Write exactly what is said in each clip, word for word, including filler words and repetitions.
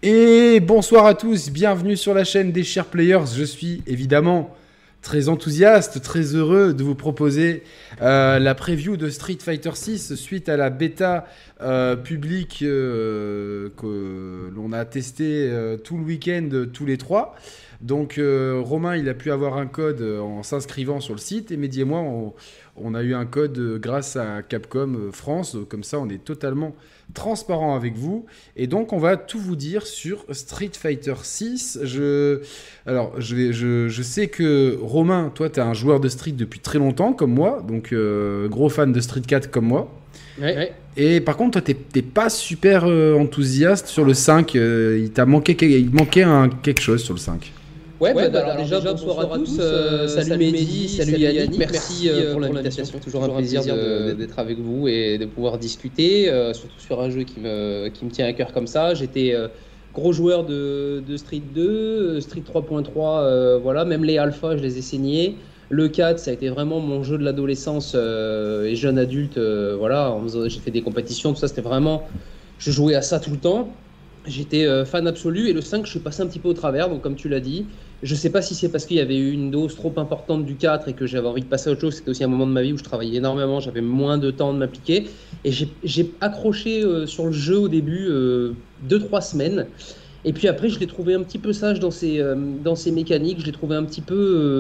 Et bonsoir à tous, bienvenue sur la chaîne des Chers Players. Je suis évidemment très enthousiaste, très heureux de vous proposer euh, la preview de Street Fighter six suite à la bêta euh, publique euh, que l'on a testé euh, tout le week-end, tous les trois. Donc euh, Romain, il a pu avoir un code en s'inscrivant sur le site et Mehdi et moi, on, on a eu un code grâce à Capcom France. Comme ça, on est totalement transparent avec vous. Et donc, on va tout vous dire sur Street Fighter six. Je, alors, je, vais, je, je sais que Romain, toi, tu es un joueur de Street depuis très longtemps, comme moi. Donc, euh, gros fan de Street quatre comme moi. Ouais, ouais. Et par contre, toi, t'es pas super euh, enthousiaste sur le cinq. Euh, il t'a manqué, il manquait un, quelque chose sur le cinq. Ouais, ouais, bah, alors, alors déjà, bonsoir, bonsoir à tous. Euh, salut, salut Mehdi, salut Yannick. Merci, merci pour l'invitation. C'est toujours un plaisir, plaisir d'être avec vous et de pouvoir discuter, euh, surtout sur un jeu qui me, qui me tient à cœur comme ça. J'étais euh, gros joueur de, de Street deux, Street trois point trois, euh, voilà, même les alphas, je les ai saignés. Le quatre, ça a été vraiment mon jeu de l'adolescence euh, et jeune adulte. Euh, voilà, j'ai fait des compétitions, tout ça, c'était vraiment. Je jouais à ça tout le temps. J'étais euh, fan absolu et le cinq, je suis passé un petit peu au travers, donc comme tu l'as dit. Je sais pas si c'est parce qu'il y avait eu une dose trop importante du quatre et que j'avais envie de passer à autre chose. C'était aussi un moment de ma vie où je travaillais énormément, j'avais moins de temps de m'appliquer. Et j'ai, j'ai accroché euh, sur le jeu au début euh, deux trois semaines. Et puis après, je l'ai trouvé un petit peu sage dans ses, euh, dans ses mécaniques. Je l'ai trouvé un petit peu... Euh,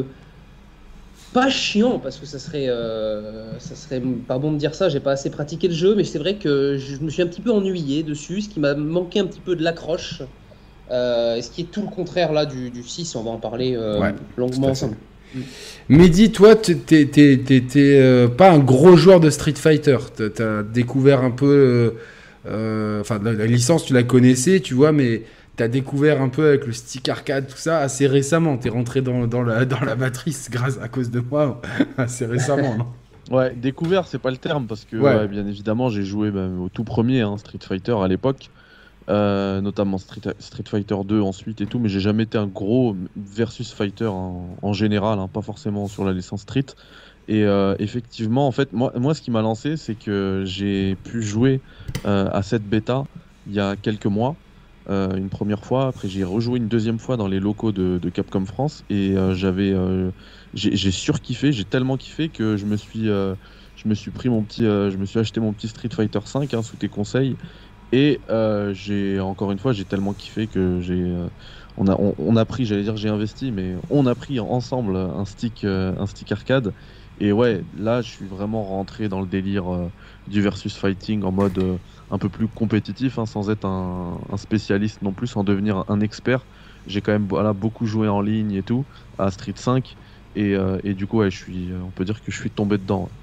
pas chiant, parce que ça serait, euh, ça serait pas bon de dire ça, j'ai pas assez pratiqué le jeu, mais c'est vrai que je me suis un petit peu ennuyé dessus, ce qui m'a manqué un petit peu de l'accroche. Euh, ce qui est tout le contraire là du, du six, on va en parler euh, ouais, longuement ensemble. Mehdi, toi, t'es, t'es, t'es, t'es euh, pas un gros joueur de Street Fighter. T'as, t'as découvert un peu, euh, enfin, la, la licence, tu la connaissais, tu vois, mais t'as découvert un peu avec le stick arcade, tout ça, assez récemment. T'es rentré dans, dans, la, dans la matrice grâce à cause de moi, assez récemment, non? Ouais, découvert, c'est pas le terme, parce que ouais. Ouais, bien évidemment, j'ai joué bah, au tout premier hein, Street Fighter à l'époque. Euh, notamment Street, Street Fighter deux ensuite et tout, mais j'ai jamais été un gros versus fighter en, en général, hein, pas forcément sur la licence Street. Et euh, effectivement, en fait, moi, moi, ce qui m'a lancé, c'est que j'ai pu jouer euh, à cette bêta il y a quelques mois, euh, une première fois. Après, j'ai rejoué une deuxième fois dans les locaux de, de Capcom France et euh, j'avais, euh, j'ai, j'ai surkiffé, j'ai tellement kiffé que je me suis, euh, je me suis pris mon petit, euh, je me suis acheté mon petit Street Fighter cinq hein, sous tes conseils. Et euh, j'ai encore une fois, j'ai tellement kiffé que j'ai, euh, on a, on, on a pris, j'allais dire j'ai investi, mais on a pris ensemble un stick, euh, un stick arcade. Et ouais, là, je suis vraiment rentré dans le délire euh, du versus fighting en mode euh, un peu plus compétitif, hein, sans être un, un spécialiste non plus, sans devenir un, un expert. J'ai quand même voilà, beaucoup joué en ligne et tout à Street cinq, et, euh, et du coup, ouais, je suis, on peut dire que je suis tombé dedans. Ouais.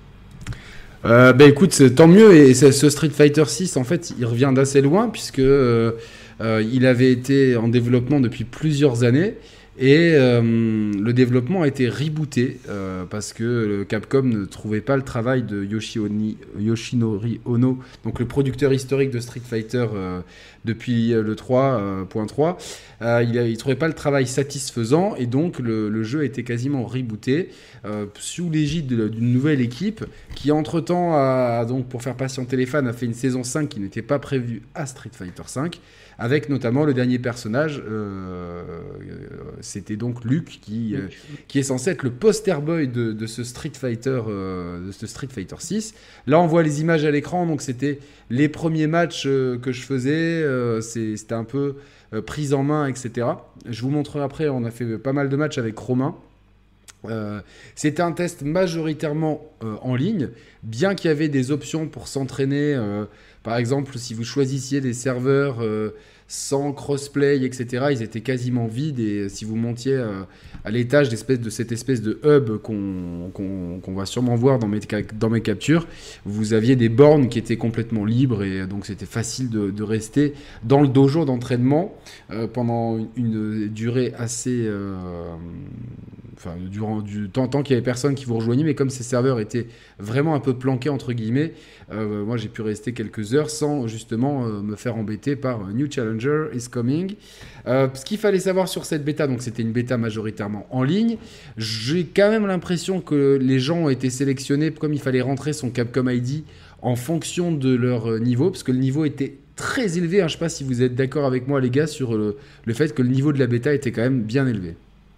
Euh, bah écoute, c'est, tant mieux. Et c'est, ce Street Fighter six, en fait, il revient d'assez loin puisque euh, euh, il avait été en développement depuis plusieurs années et euh, le développement a été rebooté euh, parce que le Capcom ne trouvait pas le travail de Yoshi Oni, Yoshinori Ono, donc le producteur historique de Street Fighter euh, depuis le trois point trois. Euh, il ne trouvait pas le travail satisfaisant et donc le, le jeu a été quasiment rebooté euh, sous l'égide de, d'une nouvelle équipe qui entre-temps, a, donc, pour faire patienter les fans, a fait une saison cinq qui n'était pas prévue à Street Fighter cinq, avec notamment le dernier personnage, euh, c'était donc Luke, qui, euh, qui est censé être le poster boy de, de ce Street Fighter, euh, de ce Street Fighter six. Là, on voit les images à l'écran, donc c'était les premiers matchs euh, que je faisais, euh, c'est, c'était un peu euh, prise en main, et cetera. Je vous montrerai après, on a fait pas mal de matchs avec Romain. Euh, c'était un test majoritairement euh, en ligne, bien qu'il y avait des options pour s'entraîner. Euh, par exemple, si vous choisissiez des serveurs euh, sans crossplay, et cetera, ils étaient quasiment vides. Et si vous montiez euh, à l'étage d'espèce de cette espèce de hub qu'on, qu'on, qu'on va sûrement voir dans mes, dans mes captures, vous aviez des bornes qui étaient complètement libres. Et donc, c'était facile de, de rester dans le dojo d'entraînement euh, pendant une, une durée assez... Euh, Enfin, durant du temps, tant qu'il y avait personne qui vous rejoignait, mais comme ces serveurs étaient vraiment un peu planqués entre guillemets, euh, moi j'ai pu rester quelques heures sans justement euh, me faire embêter par New Challenger is coming. Euh, ce qu'il fallait savoir sur cette bêta, donc c'était une bêta majoritairement en ligne. J'ai quand même l'impression que les gens ont été sélectionnés comme il fallait rentrer son Capcom I D en fonction de leur niveau, parce que le niveau était très élevé. Hein. Je ne sais pas si vous êtes d'accord avec moi, les gars, sur le, le fait que le niveau de la bêta était quand même bien élevé.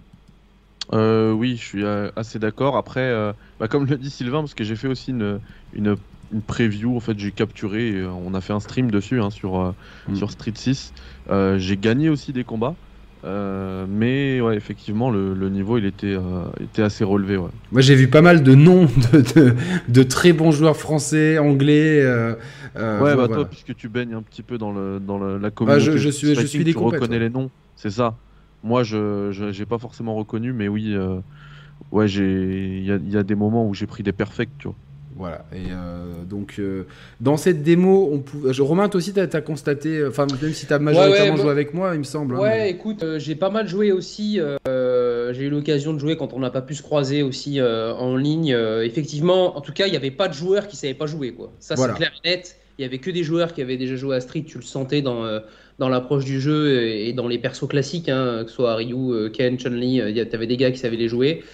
Euh, oui, je suis euh, assez d'accord. Après, euh, bah, comme le dit Sylvain, parce que j'ai fait aussi une, une, une preview, en fait, j'ai capturé, et, euh, on a fait un stream dessus hein, sur, euh, mm. sur Street six. Euh, j'ai gagné aussi des combats. Euh, mais ouais, effectivement, le, le niveau il était, euh, était assez relevé. Ouais. Moi, j'ai vu pas mal de noms de, de, de très bons joueurs français, anglais. Euh, euh, ouais, bon, bah voilà. Toi, puisque tu baignes un petit peu dans, le, dans le, la communauté, bah, je, je suis, je suis des tu reconnais ouais. les noms, c'est ça. Moi, je j'ai pas forcément reconnu, mais oui, euh, ouais, j'ai il y a, y a des moments où j'ai pris des perfects, tu vois. Voilà, et euh, donc euh, dans cette démo, on pou... Romain, toi aussi, tu as constaté, enfin, même si tu as majoritairement ouais, ouais, joué bon... avec moi, il me semble. Ouais, hein, mais... écoute, euh, j'ai pas mal joué aussi. Euh, j'ai eu l'occasion de jouer quand on n'a pas pu se croiser aussi euh, en ligne. Euh, effectivement, en tout cas, il n'y avait pas de joueurs qui ne savaient pas jouer, quoi. Ça, voilà. C'est clair et net. Il n'y avait que des joueurs qui avaient déjà joué à Street, tu le sentais dans, euh, dans l'approche du jeu et dans les persos classiques, hein, que ce soit Ryu, Ken, Chun-Li, euh, tu avais des gars qui savaient les jouer.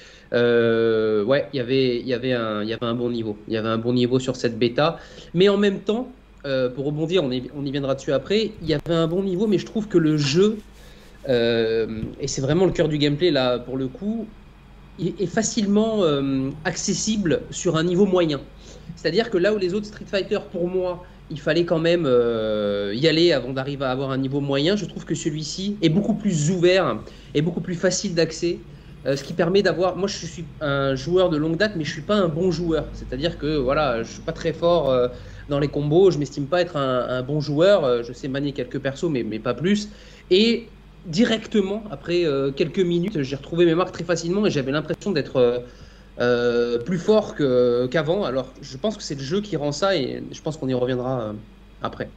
Euh, ouais, y avait, y avait un, y avait un bon niveau. Il y avait un bon niveau sur cette bêta. Mais en même temps, euh, pour rebondir, on y, on y viendra dessus après, il y avait un bon niveau, mais je trouve que le jeu, euh, et c'est vraiment le cœur du gameplay là, pour le coup, est facilement euh, accessible sur un niveau moyen. C'est-à-dire que là où les autres Street Fighter, pour moi, il fallait quand même euh, y aller avant d'arriver à avoir un niveau moyen, je trouve que celui-ci est beaucoup plus ouvert et beaucoup plus facile d'accès. Euh, ce qui permet d'avoir... Moi, je suis un joueur de longue date, mais je ne suis pas un bon joueur. C'est-à-dire que voilà, je ne suis pas très fort euh, dans les combos. Je ne m'estime pas être un, un bon joueur. Euh, je sais manier quelques persos, mais, mais pas plus. Et directement, après euh, quelques minutes, j'ai retrouvé mes marques très facilement et j'avais l'impression d'être euh, euh, plus fort que, qu'avant. Alors, je pense que c'est le jeu qui rend ça et je pense qu'on y reviendra euh, après.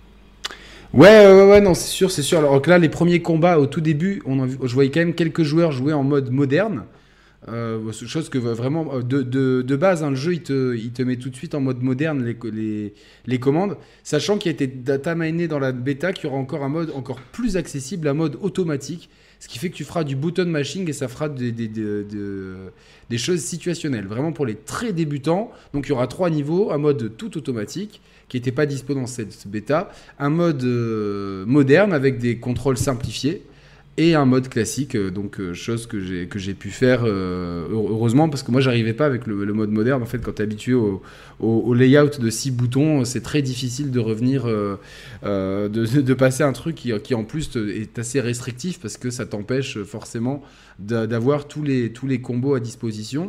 Ouais, ouais, ouais, non, c'est sûr, c'est sûr. Alors que là, les premiers combats, au tout début, on en, je voyais quand même quelques joueurs jouer en mode moderne. Euh, chose que vraiment, de, de, de base, hein, le jeu, il te, il te met tout de suite en mode moderne les, les, les commandes, sachant qu'il y a été data miné dans la bêta, qu'il y aura encore un mode encore plus accessible, un mode automatique, ce qui fait que tu feras du button mashing et ça fera des, des, des, des, des choses situationnelles, vraiment pour les très débutants. Donc il y aura trois niveaux, un mode tout automatique, qui n'était pas dispo dans cette bêta, un mode euh, moderne avec des contrôles simplifiés, et un mode classique, euh, donc euh, chose que j'ai que j'ai pu faire euh, heureusement, parce que moi j'arrivais pas avec le, le mode moderne. En fait, quand tu es habitué au, au, au layout de six boutons, c'est très difficile de revenir, euh, euh, de, de passer un truc qui, qui en plus est assez restrictif, parce que ça t'empêche forcément d'avoir tous les, tous les combos à disposition.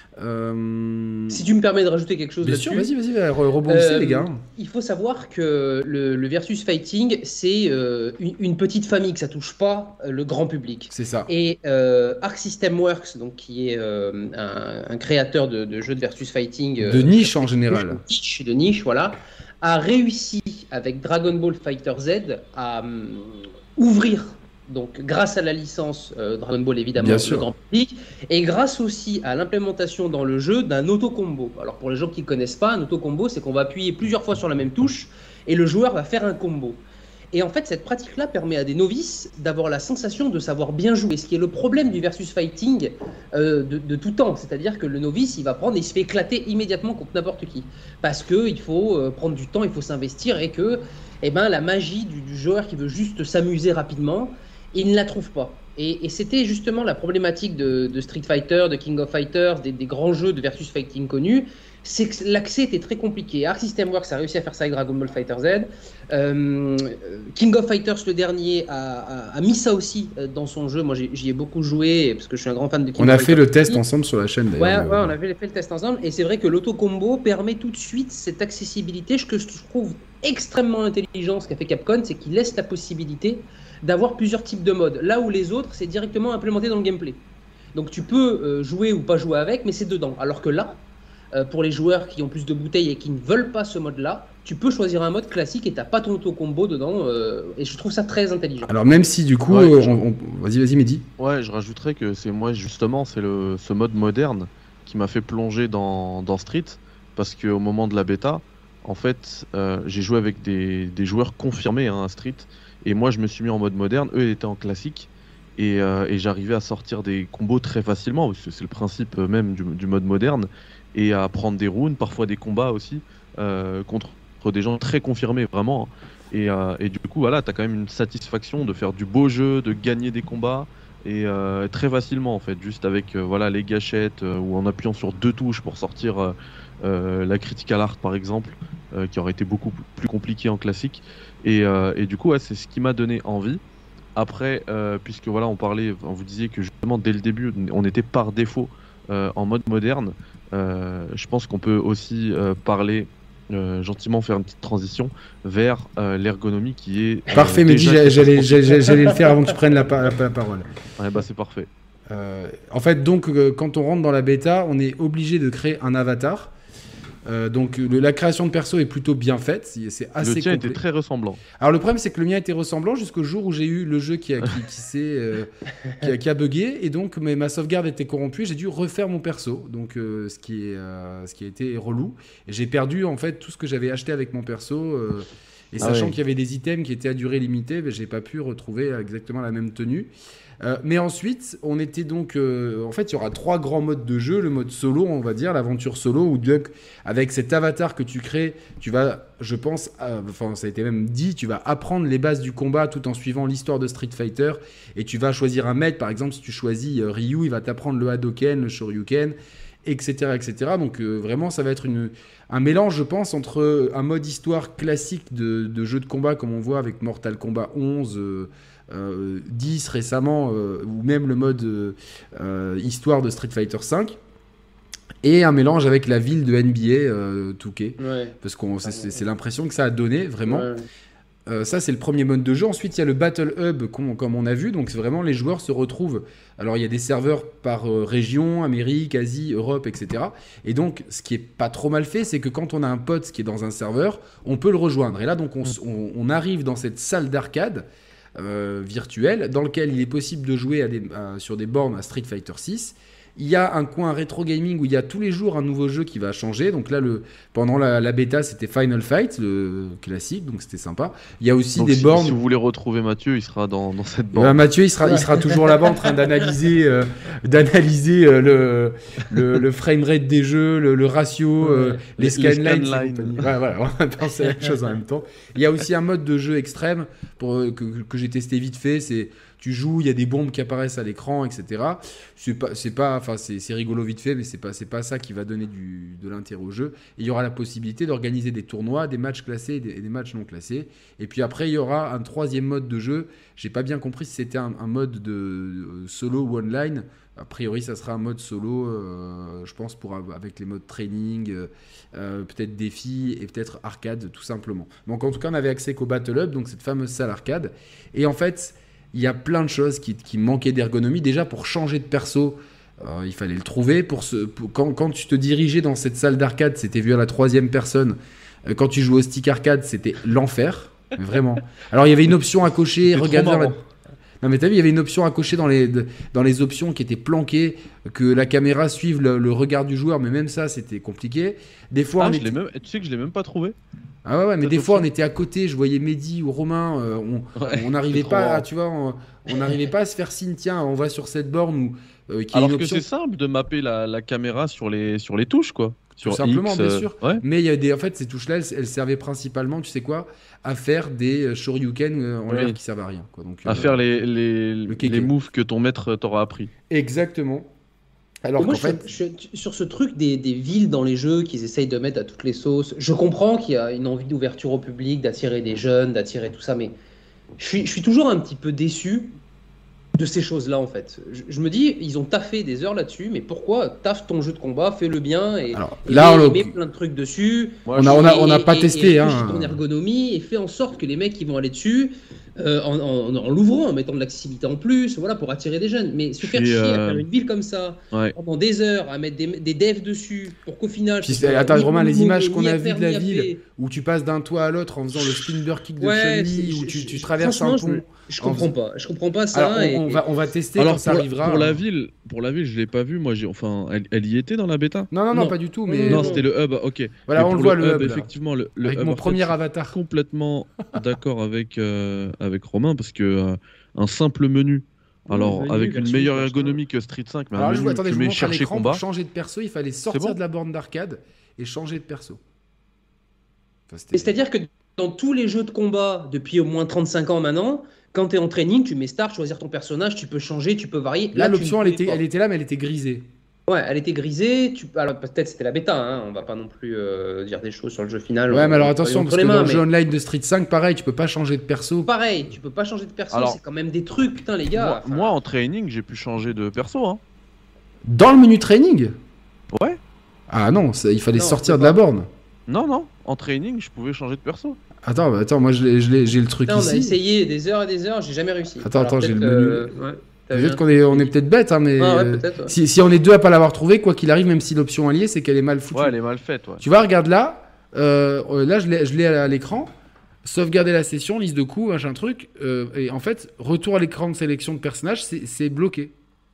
Euh... Si tu me permets de rajouter quelque chose là-dessus. Bien sûr, vas-y, vas-y, rebondissez euh, les gars. Il faut savoir que le, le versus fighting, c'est euh, une, une petite famille, que ça touche pas le grand public. C'est ça. Et euh, Arc System Works, donc qui est euh, un, un créateur de, de jeux de versus fighting de euh, niche en général, de niche, de niche, voilà, a réussi avec Dragon Ball Fighter Z à um, ouvrir. Donc, grâce à la licence euh, Dragon Ball, évidemment, le grand public, et grâce aussi à l'implémentation dans le jeu d'un auto-combo. Alors, pour les gens qui ne connaissent pas, un auto-combo, c'est qu'on va appuyer plusieurs fois sur la même touche et le joueur va faire un combo. Et en fait, cette pratique-là permet à des novices d'avoir la sensation de savoir bien jouer, ce qui est le problème du versus fighting euh, de, de tout temps. C'est-à-dire que le novice, il va prendre et il se fait éclater immédiatement contre n'importe qui. Parce qu'il faut euh, prendre du temps, il faut s'investir, et que eh ben, la magie du, du joueur qui veut juste s'amuser rapidement, il ne la trouve pas. Et, et c'était justement la problématique de, de Street Fighter, de King of Fighters, des, des grands jeux de versus fighting connus, c'est que l'accès était très compliqué. Arc System Works a réussi à faire ça avec Dragon Ball Fighter Z. Euh, King of Fighters, le dernier, a, a, a mis ça aussi dans son jeu. Moi, j'y ai beaucoup joué, parce que je suis un grand fan de King on of Fighters. On a fait le test ensemble sur la chaîne, d'ailleurs. Ouais, ouais, on avait fait le test ensemble. Et c'est vrai que l'auto-combo permet tout de suite cette accessibilité. Ce que je trouve extrêmement intelligent, ce qu'a fait Capcom, c'est qu'il laisse la possibilité d'avoir plusieurs types de modes. Là où les autres, c'est directement implémenté dans le gameplay. Donc tu peux euh, jouer ou pas jouer avec, mais c'est dedans. Alors que là, euh, pour les joueurs qui ont plus de bouteilles et qui ne veulent pas ce mode-là, tu peux choisir un mode classique et t'as pas ton auto-combo dedans. Euh, et je trouve ça très intelligent. Alors même si du coup... Ouais, euh, on, on... Vas-y, vas-y, Mehdi. Ouais, je rajouterais que c'est moi, justement, c'est le, ce mode moderne qui m'a fait plonger dans, dans Street. Parce qu'au moment de la bêta, en fait, euh, j'ai joué avec des, des joueurs confirmés hein, à Street. Et moi, je me suis mis en mode moderne. Eux, ils étaient en classique. Et, euh, et j'arrivais à sortir des combos très facilement. Parce que c'est le principe même du, du mode moderne. Et à prendre des runes, parfois des combats aussi, euh, contre des gens très confirmés, vraiment. Et, euh, et du coup, voilà, t'as quand même une satisfaction de faire du beau jeu, de gagner des combats, et euh, très facilement en fait, juste avec euh, voilà, les gâchettes euh, ou en appuyant sur deux touches pour sortir euh, euh, la critical art par exemple, euh, qui aurait été beaucoup plus compliqué en classique. Et, euh, et du coup, ouais, c'est ce qui m'a donné envie. Après, euh, puisque voilà, on parlait, on vous disait que justement dès le début, on était par défaut euh, en mode moderne. Euh, je pense qu'on peut aussi euh, parler euh, gentiment, faire une petite transition vers euh, l'ergonomie qui est. Euh, parfait, mais dis, j'allais, j'allais, j'allais le faire avant que tu prennes la, la, la parole. Ouais, bah c'est parfait. Euh, en fait, donc, euh, quand on rentre dans la bêta, on est obligé de créer un avatar. Euh, donc le, la création de perso est plutôt bien faite, c'est assez Le tien complet. était très ressemblant. Alors le problème c'est que le mien était ressemblant jusqu'au jour où j'ai eu le jeu qui a, qui, qui, s'est, euh, qui, a, qui a bugué et donc mais ma sauvegarde était corrompue, j'ai dû refaire mon perso, donc euh, ce, qui est, euh, ce qui a été relou. Et j'ai perdu en fait tout ce que j'avais acheté avec mon perso euh, et ah sachant ouais. qu'il y avait des items qui étaient à durée limitée, ben, j'ai pas pu retrouver exactement la même tenue. Euh, mais ensuite, on était donc... Euh, en fait, il y aura trois grands modes de jeu. Le mode solo, on va dire, l'aventure solo, où donc, avec cet avatar que tu crées, tu vas, je pense, euh, enfin, ça a été même dit, tu vas apprendre les bases du combat tout en suivant l'histoire de Street Fighter. Et tu vas choisir un maître. Par exemple, si tu choisis euh, Ryu, il va t'apprendre le Hadoken, le Shoryuken, et cetera et cetera. Donc, euh, vraiment, ça va être une, un mélange, je pense, entre un mode histoire classique de, de jeu de combat, comme on voit avec Mortal Kombat onze... Euh, Euh, dix récemment, euh, ou même le mode euh, euh, histoire de Street Fighter cinq, et un mélange avec la ville de N B A euh, deux K, ouais. Parce que c'est, c'est l'impression que ça a donné, vraiment. Ouais. Euh, ça, c'est le premier mode de jeu. Ensuite, il y a le Battle Hub, comme, comme on a vu. Donc, c'est vraiment les joueurs se retrouvent. Alors, il y a des serveurs par euh, région, Amérique, Asie, Europe, et cetera. Et donc, ce qui est pas trop mal fait, c'est que quand on a un pote qui est dans un serveur, on peut le rejoindre. Et là, donc, on, on, on arrive dans cette salle d'arcade Euh, virtuel dans lequel il est possible de jouer à des, à, sur des bornes à Street Fighter six. Il y a un coin rétro gaming où il y a tous les jours un nouveau jeu qui va changer. Donc là, le, pendant la, la bêta, c'était Final Fight, le classique, donc c'était sympa. Il y a aussi donc des si, bornes. Si vous voulez retrouver Mathieu, il sera dans, dans cette borne. Ben, Mathieu, il sera, il sera toujours là-bas en train d'analyser, euh, d'analyser euh, le, le, le framerate des jeux, le, le ratio, ouais, euh, les, les scanlines. Scan ouais, voilà, on va penser à la même chose en même temps. Il y a aussi un mode de jeu extrême pour, euh, que, que j'ai testé vite fait. C'est tu joues, il y a des bombes qui apparaissent à l'écran, et cetera. C'est pas, c'est pas, enfin c'est, c'est rigolo vite fait, mais c'est pas, c'est pas ça qui va donner du, de l'intérêt au jeu. Et il y aura la possibilité d'organiser des tournois, des matchs classés et des, et des matchs non classés. Et puis après, il y aura un troisième mode de jeu. J'ai pas bien compris si c'était un, un mode de euh, solo ou online. A priori, ça sera un mode solo, euh, je pense, pour, avec les modes training, euh, peut-être défi et peut-être arcade, tout simplement. Donc en tout cas, on avait accès qu'au Battle Hub, donc cette fameuse salle arcade. Et en fait, il y a plein de choses qui, qui manquaient d'ergonomie. Déjà, pour changer de perso, euh, il fallait le trouver. Pour ce, pour, quand, quand tu te dirigeais dans cette salle d'arcade, c'était vu à la troisième personne. Euh, quand tu jouais au stick arcade, c'était l'enfer. Vraiment. Alors, il y avait une option à cocher. Regarde dans la... Non, mais t'as vu, il y avait une option à cocher dans les, dans les options qui étaient planquées, que la caméra suive le, le regard du joueur. Mais même ça, c'était compliqué. Des fois, ah, on je était... l'ai même... Tu sais que je l'ai même pas trouvé. Ah ouais, ouais mais des fois on était à côté, je voyais Mehdi ou Romain, euh, on n'arrivait ouais, pas, à, tu vois, on n'arrivait pas à se faire signe, tiens, on va sur cette borne où, euh, qui alors est une que option... c'est simple de mapper la, la caméra sur les, sur les touches, quoi. Sur Tout simplement, X, bien euh... sûr. Ouais. Mais il y a des, en fait, ces touches-là, elles, elles servaient principalement, tu sais quoi, à faire des Shoryuken euh, en ouais. l'air qui servent à rien, quoi. Donc, à euh, faire les, les, les moves que ton maître t'aura appris. Exactement. Alors moi, qu'en fait... je, je, sur ce truc des, des villes dans les jeux qu'ils essayent de mettre à toutes les sauces, je comprends qu'il y a une envie d'ouverture au public, d'attirer des jeunes, d'attirer tout ça, mais je suis, je suis toujours un petit peu déçu de ces choses-là, en fait. Je, je me dis, ils ont taffé des heures là-dessus, mais pourquoi taffe ton jeu de combat, fais-le bien, et, Alors, et là, mets, on mets plein de trucs dessus. Moi, on n'a on a, on a pas et, testé. Et, hein. ton ergonomie, et fais en sorte que les mecs qui vont aller dessus... Euh, en, en, en l'ouvrant, en mettant de l'accessibilité en plus, voilà, pour attirer des jeunes. Mais se faire chier euh... à faire une ville comme ça, ouais. pendant des heures, à mettre des, des devs dessus, pour qu'au final... Puis, attends, ni, Romain, ni, les images qu'on a vues de la ville, fait. Où tu passes d'un toit à l'autre en faisant le spinner kick de ouais, Chun-Li, où tu, tu traverses un pont... Je, je comprends pas, je comprends pas ça. Alors, on, et, on, va, on va tester alors, quand ça pour, arrivera. Pour la ville, pour la ville, je l'ai pas vu. Moi, j'ai, enfin, elle, elle y était dans la bêta. Non, non, non, non, pas du tout. Mais non, non. c'était le hub. Ok. Voilà, on le voit le hub. Effectivement, le, le avec hub, mon en premier fait, avatar. Complètement d'accord avec euh, avec Romain parce que euh, un simple menu. Alors, menu, avec une meilleure ergonomie que Street cinq, mais alors, un je menu vois, attendez, tu je mets vous montre à l'écran, combat. Pour changer de perso, il fallait sortir bon de la borne d'arcade et changer de perso. Enfin, c'est-à-dire que dans tous les jeux de combat depuis au moins trente-cinq ans maintenant, quand tu es en training, tu mets start, choisir ton personnage, tu peux changer, tu peux varier. Là, là l'option, elle était, elle était là, mais elle était grisée. Ouais, elle était grisée. Tu... Alors peut-être c'était la bêta, hein. On va pas non plus euh, dire des choses sur le jeu final. Ouais, on, mais alors attention, parce que mains, dans le mais... jeu online de Street cinq, pareil, tu peux pas changer de perso. Pareil, tu peux pas changer de perso, alors, c'est quand même des trucs, putain les gars. Moi, enfin... moi en training, j'ai pu changer de perso. Hein. Dans le menu training? Ouais. Ah non, ça, il fallait non, sortir de pas... la borne. Non, non, en training, je pouvais changer de perso. Attends, attends, moi j'ai le truc non, ici. On a essayé des heures et des heures, j'ai jamais réussi. Attends, alors, attends, j'ai le menu. Euh, ouais. Peut-être qu'on est, on est peut-être bête, hein, mais ah ouais, ouais. si, si on est deux à pas l'avoir trouvé, quoi qu'il arrive, même si l'option alliée, c'est qu'elle est mal foutue. Ouais, elle est mal faite. Ouais. Tu vois, regarde là, euh, là je l'ai à l'écran, sauvegarder la session, liste de coups, machin truc, euh, et en fait, retour à l'écran de sélection de personnage, c'est bloqué.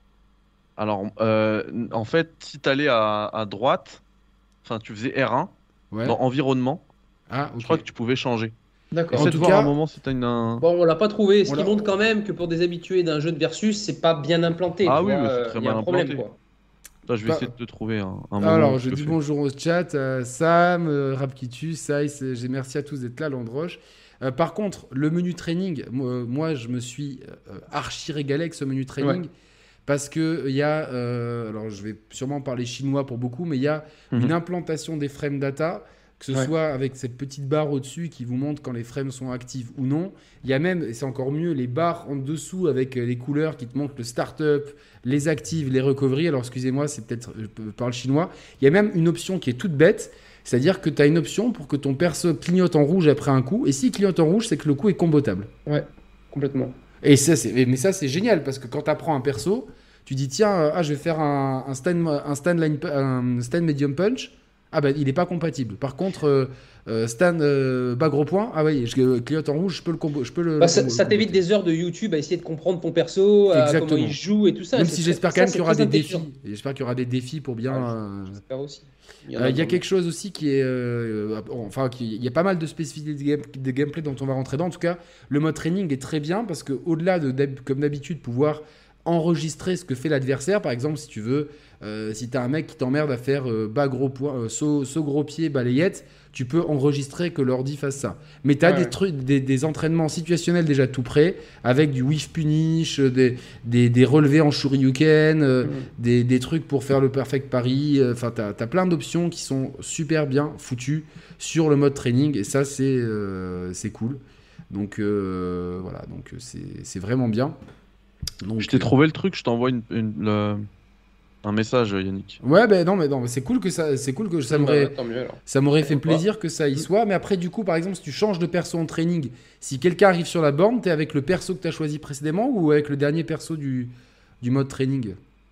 Alors, euh, en fait, si t'allais à, à droite, enfin, tu faisais R un ouais. dans environnement, ah, okay. je crois que tu pouvais changer. D'accord. En tout cas, un moment, si t'as une. Un... Bon, on l'a pas trouvé. Ce qui montre quand même que pour des habitués d'un jeu de versus, c'est pas bien implanté. Ah tu oui, vois, c'est très y a mal un problème, implanté. Quoi. Là, je vais bah... essayer de te trouver un, un moment. Alors, je dis fais. bonjour au chat, euh, Sam, euh, Rapkitus, Saïs, j'ai merci à tous d'être là, Landroche. Euh, par contre, le menu training, moi, moi je me suis euh, archi régalé avec ce menu training. Ouais. Parce qu'il y a, euh, alors je vais sûrement parler chinois pour beaucoup, mais il y a mmh. une implantation des frame data, que ce ouais. soit avec cette petite barre au-dessus qui vous montre quand les frames sont actifs ou non. Il y a même, et c'est encore mieux, les barres en dessous avec les couleurs qui te montrent le start-up, les actives, les recovery. Alors excusez-moi, c'est peut-être, je parle chinois. Il y a même une option qui est toute bête, c'est-à-dire que tu as une option pour que ton perso clignote en rouge après un coup. Et s'il clignote en rouge, c'est que le coup est combotable. Ouais, complètement. Et ça, mais ça, c'est génial parce que quand tu apprends un perso, tu dis tiens, ah, je vais faire un, un, stand, un, stand line, un stand medium punch. Ah ben, bah, il n'est pas compatible. Par contre, euh, stand euh, bas gros point, ah oui, je clignote en rouge, je peux le combo. Je peux le, bah, le ça combo, ça t'évite des heures de YouTube à essayer de comprendre ton perso, à comment il joue et tout ça. Même si j'espère quand même qu'il y aura des défis. J'espère qu'il y aura des défis pour bien. Ah, j'espère aussi. Il y, a, euh, il y a quelque chose aussi qui est. Euh, enfin, qui, il y a pas mal de spécificités de, game, de gameplay dont on va rentrer dans. En tout cas, le mode training est très bien parce qu'au-delà de, de, comme d'habitude, pouvoir enregistrer ce que fait l'adversaire. Par exemple, si tu veux, euh, si tu as un mec qui t'emmerde à faire euh, bas gros point, euh, saut, saut gros pied, balayette, tu peux enregistrer que l'ordi fasse ça. Mais tu as ouais. des, trucs, des, des entraînements situationnels déjà tout prêts, avec du whiff punish, des, des, des relevés en shoryuken, euh, mmh. des, des trucs pour faire le perfect parry. Enfin, euh, tu as plein d'options qui sont super bien foutues sur le mode training, et ça, c'est euh, c'est cool. Donc, euh, voilà, donc c'est vraiment bien. Donc, je t'ai euh... trouvé le truc, je t'envoie une, une, le... un message, Yannick. Ouais, ben non, mais non, mais c'est cool que ça, c'est cool que ça m'aurait, ça m'aurait fait plaisir que ça y soit. Mais après, du coup, par exemple, si tu changes de perso en training, si quelqu'un arrive sur la borne, t'es avec le perso que t'as choisi précédemment ou avec le dernier perso du, du mode training?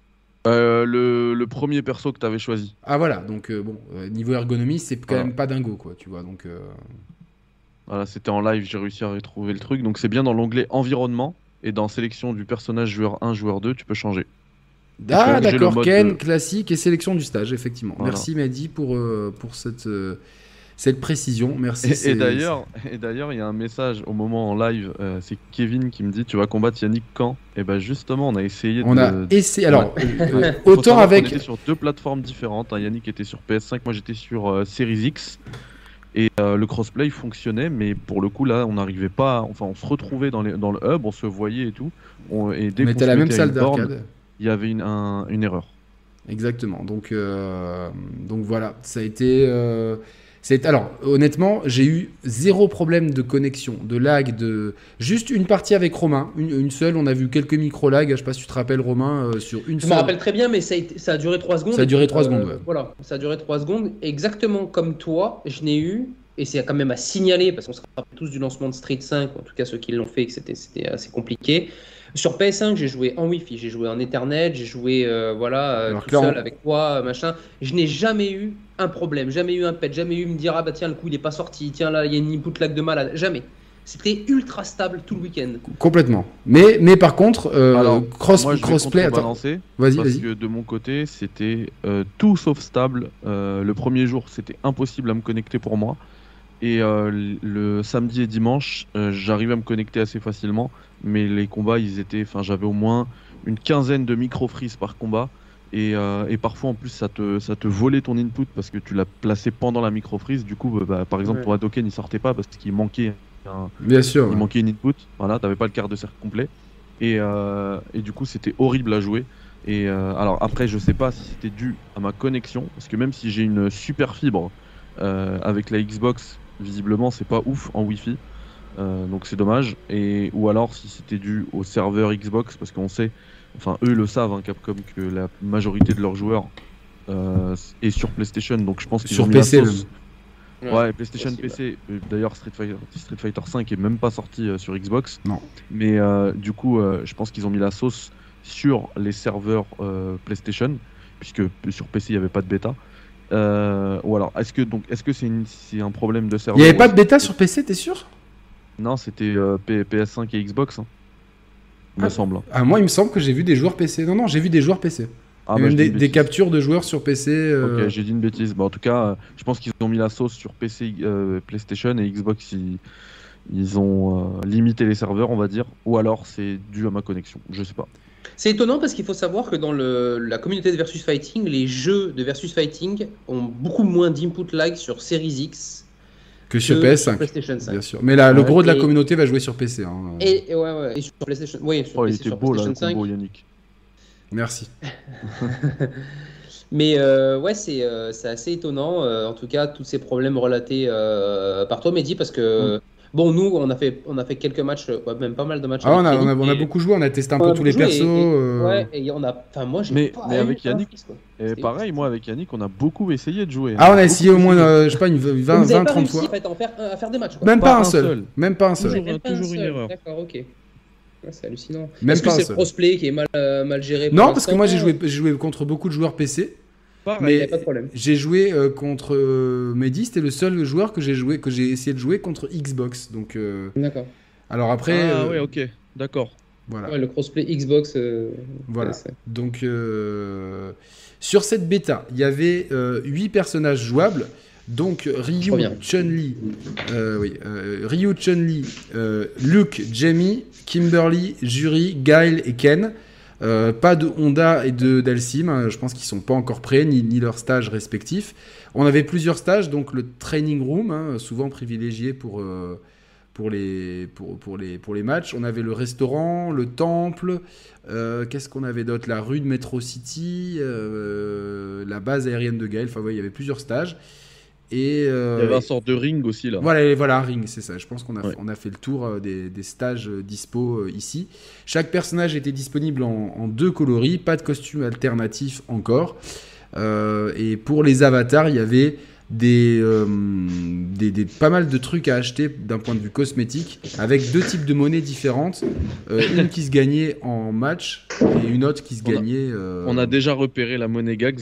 euh, le, le premier perso que t'avais choisi. Ah voilà, donc euh, bon, euh, niveau ergonomie, c'est quand voilà. même pas dingo, quoi, tu vois. Donc euh... voilà, c'était en live, j'ai réussi à retrouver le truc. Donc c'est bien dans l'onglet environnement. Et dans sélection du personnage joueur un, joueur deux, tu peux changer. Ah d'accord, Ken, de... classique et sélection du stage, effectivement. Voilà. Merci Mehdi pour, euh, pour cette, euh, cette précision. Merci. Et, et d'ailleurs, il y a un message au moment en live, euh, c'est Kevin qui me dit tu vas combattre Yannick quand? Et bien justement, on a essayé on de... a essayé, alors, ouais. euh, autant avec... On était sur deux plateformes différentes, hein. Yannick était sur P S cinq, moi j'étais sur euh, Series X. Et euh, le crossplay fonctionnait, mais pour le coup là, on n'arrivait pas. Enfin, on se retrouvait dans, les, dans le hub, on se voyait et tout. On, et dès on était à la même salle d'arcade. Il y avait une, un, une erreur. Exactement. Donc, euh, donc voilà, ça a été. Euh, c'est alors honnêtement, j'ai eu zéro problème de connexion, de lag, de juste une partie avec Romain, une, une seule. On a vu quelques micro lags. Je sais pas si tu te rappelles Romain euh, sur une. Je seule... me rappelle très bien, mais ça a, été, ça a duré trois secondes. Ça a duré trois euh, secondes. Ouais. Voilà, ça a duré trois secondes. Exactement comme toi, je n'ai eu. Et c'est quand même à signaler, parce qu'on se rappelle tous du lancement de Street cinq, en tout cas ceux qui l'ont fait, que c'était assez compliqué. Sur P S cinq, j'ai joué en Wi-Fi, j'ai joué en Ethernet, j'ai joué euh, voilà, euh, tout seul on... avec toi, machin. Je n'ai jamais eu un problème, jamais eu un pet, jamais eu me dire ah bah tiens le coup il est pas sorti, tiens là il y a une input lag de malade, jamais. C'était ultra stable tout le week-end. Complètement. Mais, mais par contre, euh, Alors, cross, moi, crossplay, attends. Vas-y, vas-y. Parce que de mon côté, c'était euh, tout sauf stable. Euh, le premier jour, c'était impossible à me connecter pour moi. Et euh, le samedi et dimanche, euh, j'arrivais à me connecter assez facilement, mais les combats, ils étaient, enfin, j'avais au moins une quinzaine de micro-freeze par combat. Et, euh, et parfois en plus ça te, ça te volait ton input parce que tu l'as placé pendant la micro-freeze. Du coup, bah, par exemple, Ouais. pour Hadoken, il sortait pas parce qu'il manquait, un, Bien sûr. il Ouais. manquait une input. Voilà, t'avais pas le quart de cercle complet. Et, euh, et du coup, c'était horrible à jouer. Et euh, alors après, je sais pas si c'était dû à ma connexion, parce que même si j'ai une super fibre euh, avec la Xbox, visiblement, c'est pas ouf en Wi-Fi. Euh, donc c'est dommage. Et, ou alors si c'était dû au serveur Xbox, parce qu'on sait, enfin eux le savent, hein, Capcom, que la majorité de leurs joueurs euh, est sur PlayStation, donc je pense qu'ils Sur ont mis P C la sauce. même. Ouais, PlayStation possible. P C. Euh, D'ailleurs, Street Fighter, Street Fighter cinq est même pas sorti euh, sur Xbox. Non. Mais euh, du coup, euh, je pense qu'ils ont mis la sauce sur les serveurs euh, PlayStation, puisque sur P C il n'y avait pas de bêta. Euh, ou alors, est-ce que donc, est-ce que c'est une- c'est un problème de Il serveur n'y avait ou pas est-ce de bêta que- sur P C, t'es sûr? Non, c'était euh, P- PS cinq et Xbox, hein, il me Ah, semble. ah, moi, il me semble que j'ai vu des joueurs P C. Non, non, j'ai vu des joueurs P C. Ah Et bah même je dis des, une des bêtise. captures de joueurs sur P C. euh, Ok, j'ai dit une bêtise. Bah, en tout cas, euh, je pense qu'ils ont mis la sauce sur P C, euh, PlayStation et Xbox. Ils, ils ont euh, limité les serveurs, on va dire. Ou alors c'est dû à ma connexion. Je sais pas. C'est étonnant parce qu'il faut savoir que dans le, la communauté de Versus Fighting, les jeux de Versus Fighting ont beaucoup moins d'input lag sur Series X que sur que P S sur cinq. PlayStation cinq. Bien sûr. Mais là, le Ouais. gros de la Et- communauté va jouer sur P C. hein. Et, et ouais, ouais, et sur PlayStation, oui, sur, Oh, il P C, était sur beau là, le PlayStation combo, cinq. Yannick. Merci. Mais euh, ouais, c'est euh, c'est assez étonnant, euh, en tout cas, tous ces problèmes relatés euh, par toi, Mehdi, parce que, bon, nous, on a fait, on a fait quelques matchs, ouais, même pas mal de matchs Ah, on avec a, on, a, Yannick, on a et- beaucoup joué, on a testé un on peu a tous beaucoup les joué, persos. et, et- euh, ouais, et on a, enfin, moi, j'ai Mais- pas mais eu avec un Yannick- freeze, quoi. Et C'était pareil, ouf. moi avec Yannick, on a beaucoup essayé de jouer. Ah, on a Beaucoup essayé au moins, essayé. euh, je sais pas, une Donc, vingt, vous avez vingt pas trente réussi, fois. en fait, à en faire, à faire des matchs, quoi. Même Pas pas un un seul. seul. Même pas un Vous seul. avez Toujours- même pas un toujours une seul. erreur. D'accord, ok. Ouais, c'est hallucinant. Même Est-ce que pas un c'est seul. le crossplay qui est mal, euh, mal géré pour Non, parce que moi j'ai l'instant joué, j'ai joué contre beaucoup de joueurs P C. Pareil. y a Mais pas de problème. j'ai joué euh, contre euh, Mehdi, c'était le seul joueur que j'ai joué, que j'ai essayé de jouer contre Xbox. Donc, euh, D'accord. alors après, Ah euh, ouais, ok, d'accord. voilà, Ouais, le crossplay Xbox. euh, voilà. c'est- Donc, euh, sur cette bêta, il y avait huit personnages jouables. Donc Ryu, reviens. Chun-Li, euh, oui, euh, Ryu, Chun-Li, euh, Luke, Jamie, Kimberly, Juri, Guile et Ken. Euh, pas de Honda et de Dalsim, hein, je pense qu'ils sont pas encore prêts, ni, ni leurs stages respectifs. On avait plusieurs stages, donc le training room, hein, souvent privilégié pour, euh, pour, les, pour, pour, les, pour les matchs. On avait le restaurant, le temple, euh, qu'est-ce qu'on avait d'autre? La rue de Metro City, euh, la base aérienne de Gaël, enfin ouais, il y avait plusieurs stages. Et, euh, Il y avait un sort de ring aussi là. voilà, et voilà, un ring, c'est ça. Je pense qu'on a, Ouais. fait, on a fait le tour euh, des, des stages euh, dispo euh, ici. Chaque personnage était disponible en, en deux coloris, pas de costume alternatif encore. Euh, et pour les avatars, il y avait des, euh, des, des- pas mal de trucs à acheter d'un point de vue cosmétique, avec deux types de monnaies différentes. Euh, une qui se gagnait en match et une autre qui se On a- gagnait. euh, On a déjà repéré la monnaie Gags.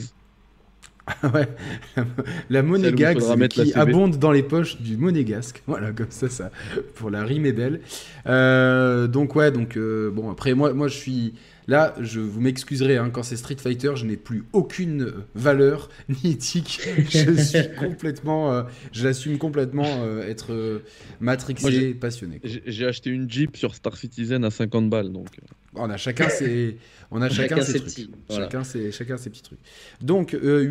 Ouais, la, la monnaie Celle où il gags faudra mettre la qui C B. abonde dans les poches du monégasque. Voilà, comme ça, ça pour la rime est belle. Euh, donc ouais, donc euh, bon après moi, moi je suis là, je vous m'excuserez hein, quand c'est Street Fighter, je n'ai plus aucune valeur ni éthique. Je suis complètement, euh, je l'assume complètement euh, être euh, matrixé, Moi, j'ai- passionné. quoi. J'ai j'ai acheté une Jeep sur Star Citizen à cinquante balles donc. euh, On a chacun ses, on a chacun, Chacun ses ses trucs. petits, voilà. Chacun ses, chacun ses petits trucs. Donc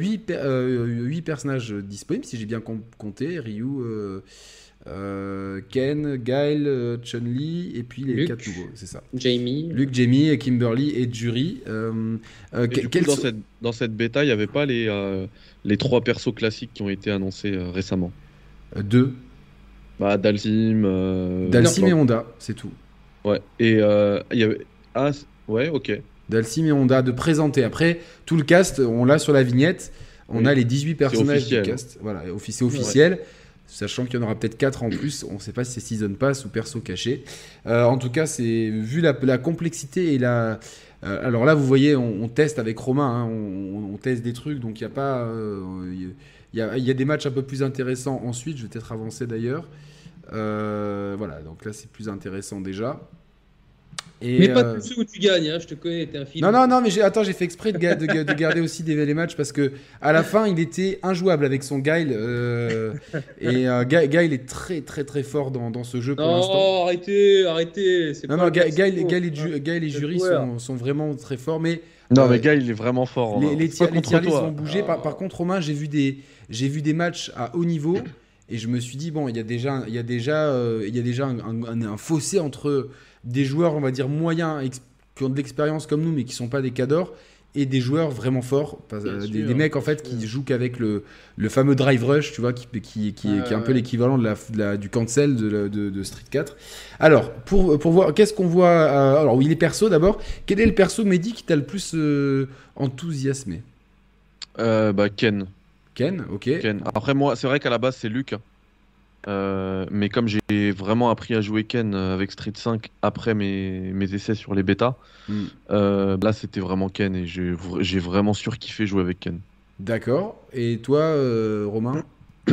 huit personnages disponibles, si j'ai bien com- compté. Ryu, euh, euh, Ken, Guile, euh, Chun-Li, et puis les Luke. quatre nouveaux, c'est ça. Jamie. Luke, Jamie, et Kimberly et Juri. Euh, euh, Et que- du coup, quels dans sont- cette, dans cette bêta, il n'y avait pas les, euh, les trois persos classiques qui ont été annoncés euh, récemment. euh, Deux. Bah, Dalsim. Euh, Dalsim non. et Honda, c'est tout. Ouais. Et euh, il y avait. Ah, c- ouais, ok. Dalsim et Honda de présenter. Après, tout le cast, on l'a sur la vignette. On Oui. a les dix-huit personnages du officiel. cast. Voilà, offi- c'est officiel. Sachant qu'il y en aura peut-être quatre en plus. On ne sait pas si c'est Season Pass ou perso caché. Euh, en tout cas, c'est vu la, la complexité et la. euh, alors là, vous voyez, on, on teste avec Romain. hein, on, on teste des trucs. Donc il y a pas. euh, Il y, a, il y a des matchs un peu plus intéressants ensuite. Je vais peut-être avancer d'ailleurs. Euh, voilà, donc là, c'est plus intéressant déjà. Et mais pas euh... tous ceux où tu gagnes, hein, je te connais, t'es un film. Non, non, non, mais j'ai... attends, j'ai fait exprès de, ga... de, de garder aussi des les matchs parce que à la fin, il était injouable avec son Guile. Euh... et euh, Guile est très, très, très fort dans, dans ce jeu pour non, l'instant. Non, arrêtez, arrêtez. C'est non, non, Guile, Guile, Guile, et, du... Guile et Jury sont, sont vraiment très forts, mais. Non, euh, mais Guile, il est vraiment fort. Les, les tiers listes vont bouger. Oh. Par, par contre, Romain, j'ai vu des, j'ai vu des matchs à haut niveau et je me suis dit bon, il y a déjà, il y a déjà, euh, il y a déjà un, un, un fossé entre des joueurs, on va dire moyens, ex- qui ont de l'expérience comme nous, mais qui sont pas des cadors, et des joueurs vraiment forts, euh, des, sûr, des mecs en fait sûr. qui jouent qu'avec le, le fameux drive rush, tu vois, qui, qui, qui, euh, qui est un peu l'équivalent de la, de la, du cancel de, la, de, de Street quatre. Alors, pour, pour voir, qu'est-ce qu'on voit euh, alors, oui, les persos d'abord. Quel est le perso, Mehdi, qui t'a le plus euh, enthousiasmé euh, bah, Ken. Ken, ok. Ken. Après, moi, c'est vrai qu'à la base, c'est Luke. Euh, mais comme j'ai vraiment appris à jouer Ken avec Street cinq après mes, mes essais sur les bêtas, mm. euh, là c'était vraiment Ken et j'ai, j'ai vraiment surkiffé jouer avec Ken. D'accord. Et toi, euh, Romain ?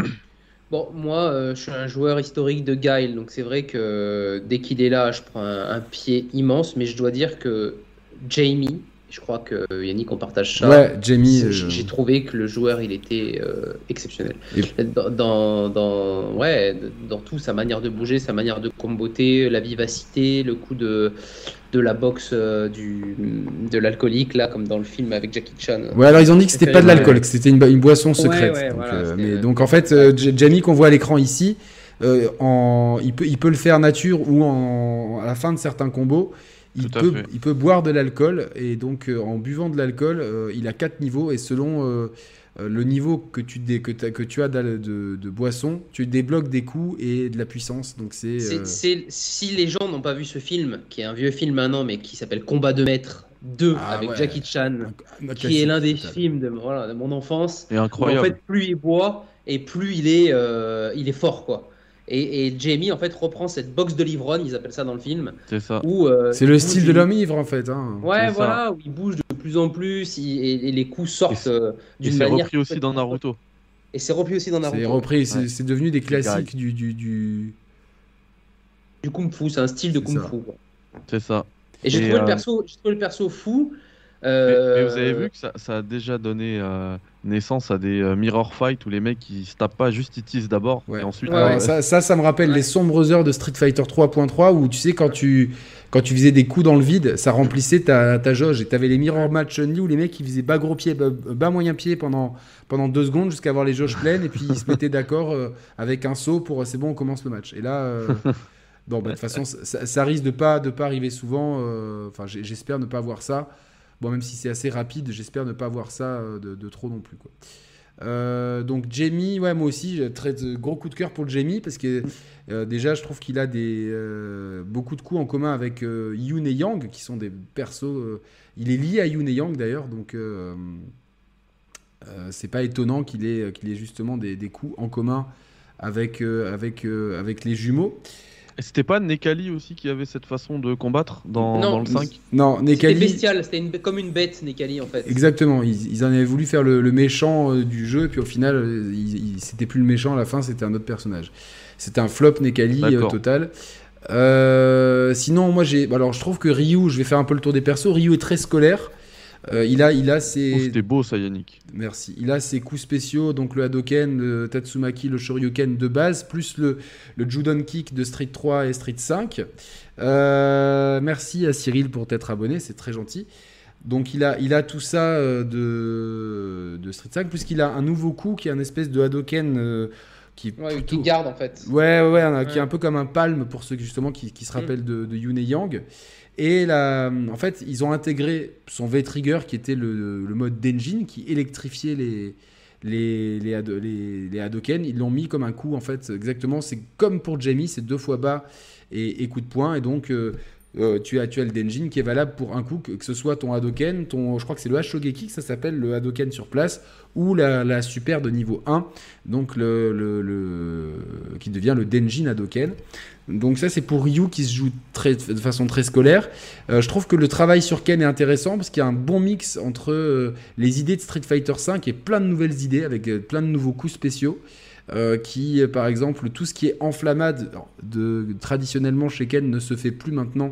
Bon, moi euh, je suis un joueur historique de Guile, donc c'est vrai que dès qu'il est là, je prends un, un pied immense, mais je dois dire que Jamie, je crois que Yannick on partage ça. Ouais, Jamie. Euh... J'ai trouvé que le joueur il était euh, exceptionnel. Et... Dans, dans, dans, ouais, dans tout, sa manière de bouger, sa manière de comboter, la vivacité, le coup de, de la boxe euh, du, de l'alcoolique, là, comme dans le film avec Jackie Chan. Ouais, alors ils ont dit que c'était pas de l'alcool, ouais. que c'était une, une boisson secrète. Ouais, ouais, donc, voilà, euh, mais, donc en fait, euh, Jamie qu'on voit à l'écran ici, euh, en, il, peut, il peut le faire nature ou en, à la fin de certains combos. Il peut, il peut boire de l'alcool et donc euh, en buvant de l'alcool, euh, il a quatre niveaux et selon euh, euh, le niveau que tu, dé, que, que tu as de, de, de boisson, tu débloques des coups et de la puissance. Donc c'est, c'est, euh... c'est, si les gens n'ont pas vu ce film, qui est un vieux film maintenant, mais qui s'appelle Combat de maître deux ah, avec ouais. Jackie Chan, un, un qui est l'un des total. films de, voilà, de mon enfance. Et incroyable. En fait, plus il boit et plus il est, euh, il est fort, quoi. Et, et Jamie en fait reprend cette boxe de l'ivrogne, ils appellent ça dans le film. C'est ça. Où, euh, c'est le style de l'homme ivre en fait. Hein. Ouais, c'est voilà, ça. Où il bouge de plus en plus il, et, et les coups sortent euh, d'une et manière. C'est repris aussi dans Naruto. Et c'est repris aussi dans Naruto. C'est repris, c'est, ouais. c'est devenu des classiques du, du, du. Du kung-fu, c'est un style de kung-fu. C'est ça. Et j'ai, et trouvé, euh... le perso, j'ai trouvé le perso fou. Euh... Mais, mais vous avez vu que ça, ça a déjà donné euh, naissance à des euh, mirror fight où les mecs ils se tapent pas, juste ils teasent d'abord ouais. et ensuite. Ouais, euh... ouais. Ça, ça, ça me rappelle ouais. les sombres heures de Street Fighter trois point trois où tu sais quand tu quand tu faisais des coups dans le vide, ça remplissait ta, ta jauge et t'avais les mirror match Chun-Li où les mecs ils faisaient bas gros pied, bas, bas moyen pied pendant pendant deux secondes jusqu'à avoir les jauges pleines et puis ils se mettaient d'accord euh, avec un saut pour c'est bon on commence le match et là. Euh... Bon, bah, de toute façon, ça, ça risque de pas de pas arriver souvent. Enfin, euh, j'espère ne pas voir ça. Bon, même si c'est assez rapide, j'espère ne pas voir ça de, de trop non plus, quoi. Euh, donc Jamie, ouais, moi aussi, j'ai très gros coup de cœur pour le Jamie parce que euh, déjà, je trouve qu'il a des euh, beaucoup de coups en commun avec euh, Yoon et Yang, qui sont des persos. Euh, il est lié à Yoon et Yang d'ailleurs, donc euh, euh, c'est pas étonnant qu'il ait qu'il ait justement des, des coups en commun avec euh, avec euh, avec les jumeaux. C'était pas Nekali aussi qui avait cette façon de combattre dans, dans le cinq? Non, Nekali. C'était bestial, c'était une, comme une bête, Nekali en fait. Exactement, ils, ils en avaient voulu faire le, le méchant euh, du jeu, et puis au final, euh, il, il, c'était plus le méchant à la fin, c'était un autre personnage. C'était un flop Nekali euh, total. Euh, sinon, moi j'ai. Alors je trouve que Ryu, je vais faire un peu le tour des persos, Ryu est très scolaire. Euh, il a, il a ses. Oh, c'était beau ça, Yannick. Merci. Il a ses coups spéciaux, donc le Hadoken, le Tatsumaki, le Shoryuken de base, plus le, le Judon Kick de Street trois et Street cinq. Euh, merci à Cyril pour t'être abonné, c'est très gentil. Donc il a, il a tout ça euh, de, de Street cinq, puisqu'il a un nouveau coup qui est un espèce de Hadoken. Euh, Qui, ouais, plutôt... qui garde en fait. Ouais, ouais, ouais, ouais, qui est un peu comme un palme pour ceux justement qui, qui se rappellent mm. de, de Yoon et Yang. Et la, en fait, ils ont intégré son V-Trigger qui était le, le mode d'engine qui électrifiait les, les, les, les, les Hadoken. Ils l'ont mis comme un coup en fait, exactement. C'est comme pour Jamie, c'est deux fois bas et, et coup de poing. Et donc, euh, euh, tu as, tu as le d'engine qui est valable pour un coup, que, que ce soit ton Hadoken, ton, je crois que c'est le Hashogeki que ça s'appelle, le Hadoken sur place, ou la, la super de niveau un, donc le, le, le, qui devient le Denjin Hadoken. Donc ça c'est pour Ryu qui se joue très, de façon très scolaire. Euh, je trouve que le travail sur Ken est intéressant parce qu'il y a un bon mix entre euh, les idées de Street Fighter cinq et plein de nouvelles idées avec euh, plein de nouveaux coups spéciaux. Euh, qui, par exemple, tout ce qui est enflammade, de, traditionnellement chez Ken ne se fait plus maintenant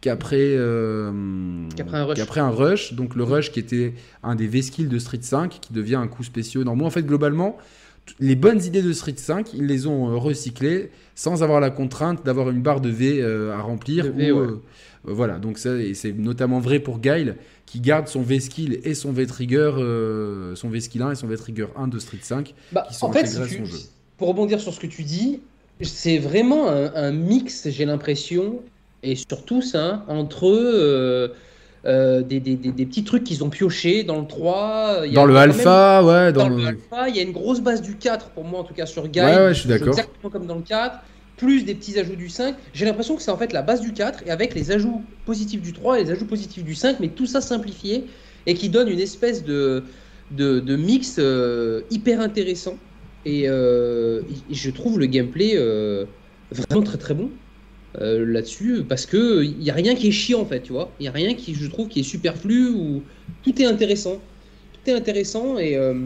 qu'après, euh, qu'après, un qu'après un rush. Donc le rush qui était un des V-skills de Street cinq, qui devient un coup spéciaux normaux. En fait, globalement, les bonnes idées de Street cinq, ils les ont euh, recyclées sans avoir la contrainte d'avoir une barre de V euh, à remplir. V, ou, ouais. euh, voilà, donc ça, et c'est notamment vrai pour Guile, qui garde son V-skill et son V-trigger, euh, son V-skill un et son V-trigger un de Street cinq, bah, qui sont en fait, intégrés si à son tu, jeu. pour rebondir sur ce que tu dis, c'est vraiment un, un mix, j'ai l'impression, et surtout ça, entre euh, euh, des, des, des, des petits trucs qu'ils ont piochés dans le trois. Il y a, Dans le il y a alpha, même, ouais. Dans, Dans le le... alpha, il y a une grosse base du quatre, pour moi en tout cas, sur Guile. Ouais, ouais, je suis d'accord. Exactement comme dans le quatre. Plus des petits ajouts du cinq. J'ai l'impression que c'est en fait la base du quatre et avec les ajouts positifs du trois et les ajouts positifs du cinq, mais tout ça simplifié et qui donne une espèce de, de, de mix euh, hyper intéressant. Et, euh, et je trouve le gameplay euh, vraiment très très bon euh, là-dessus parce que il n'y a rien qui est chiant en fait, tu vois. Il n'y a rien qui, je trouve, qui est superflu ou tout est intéressant. Tout est intéressant et. Euh,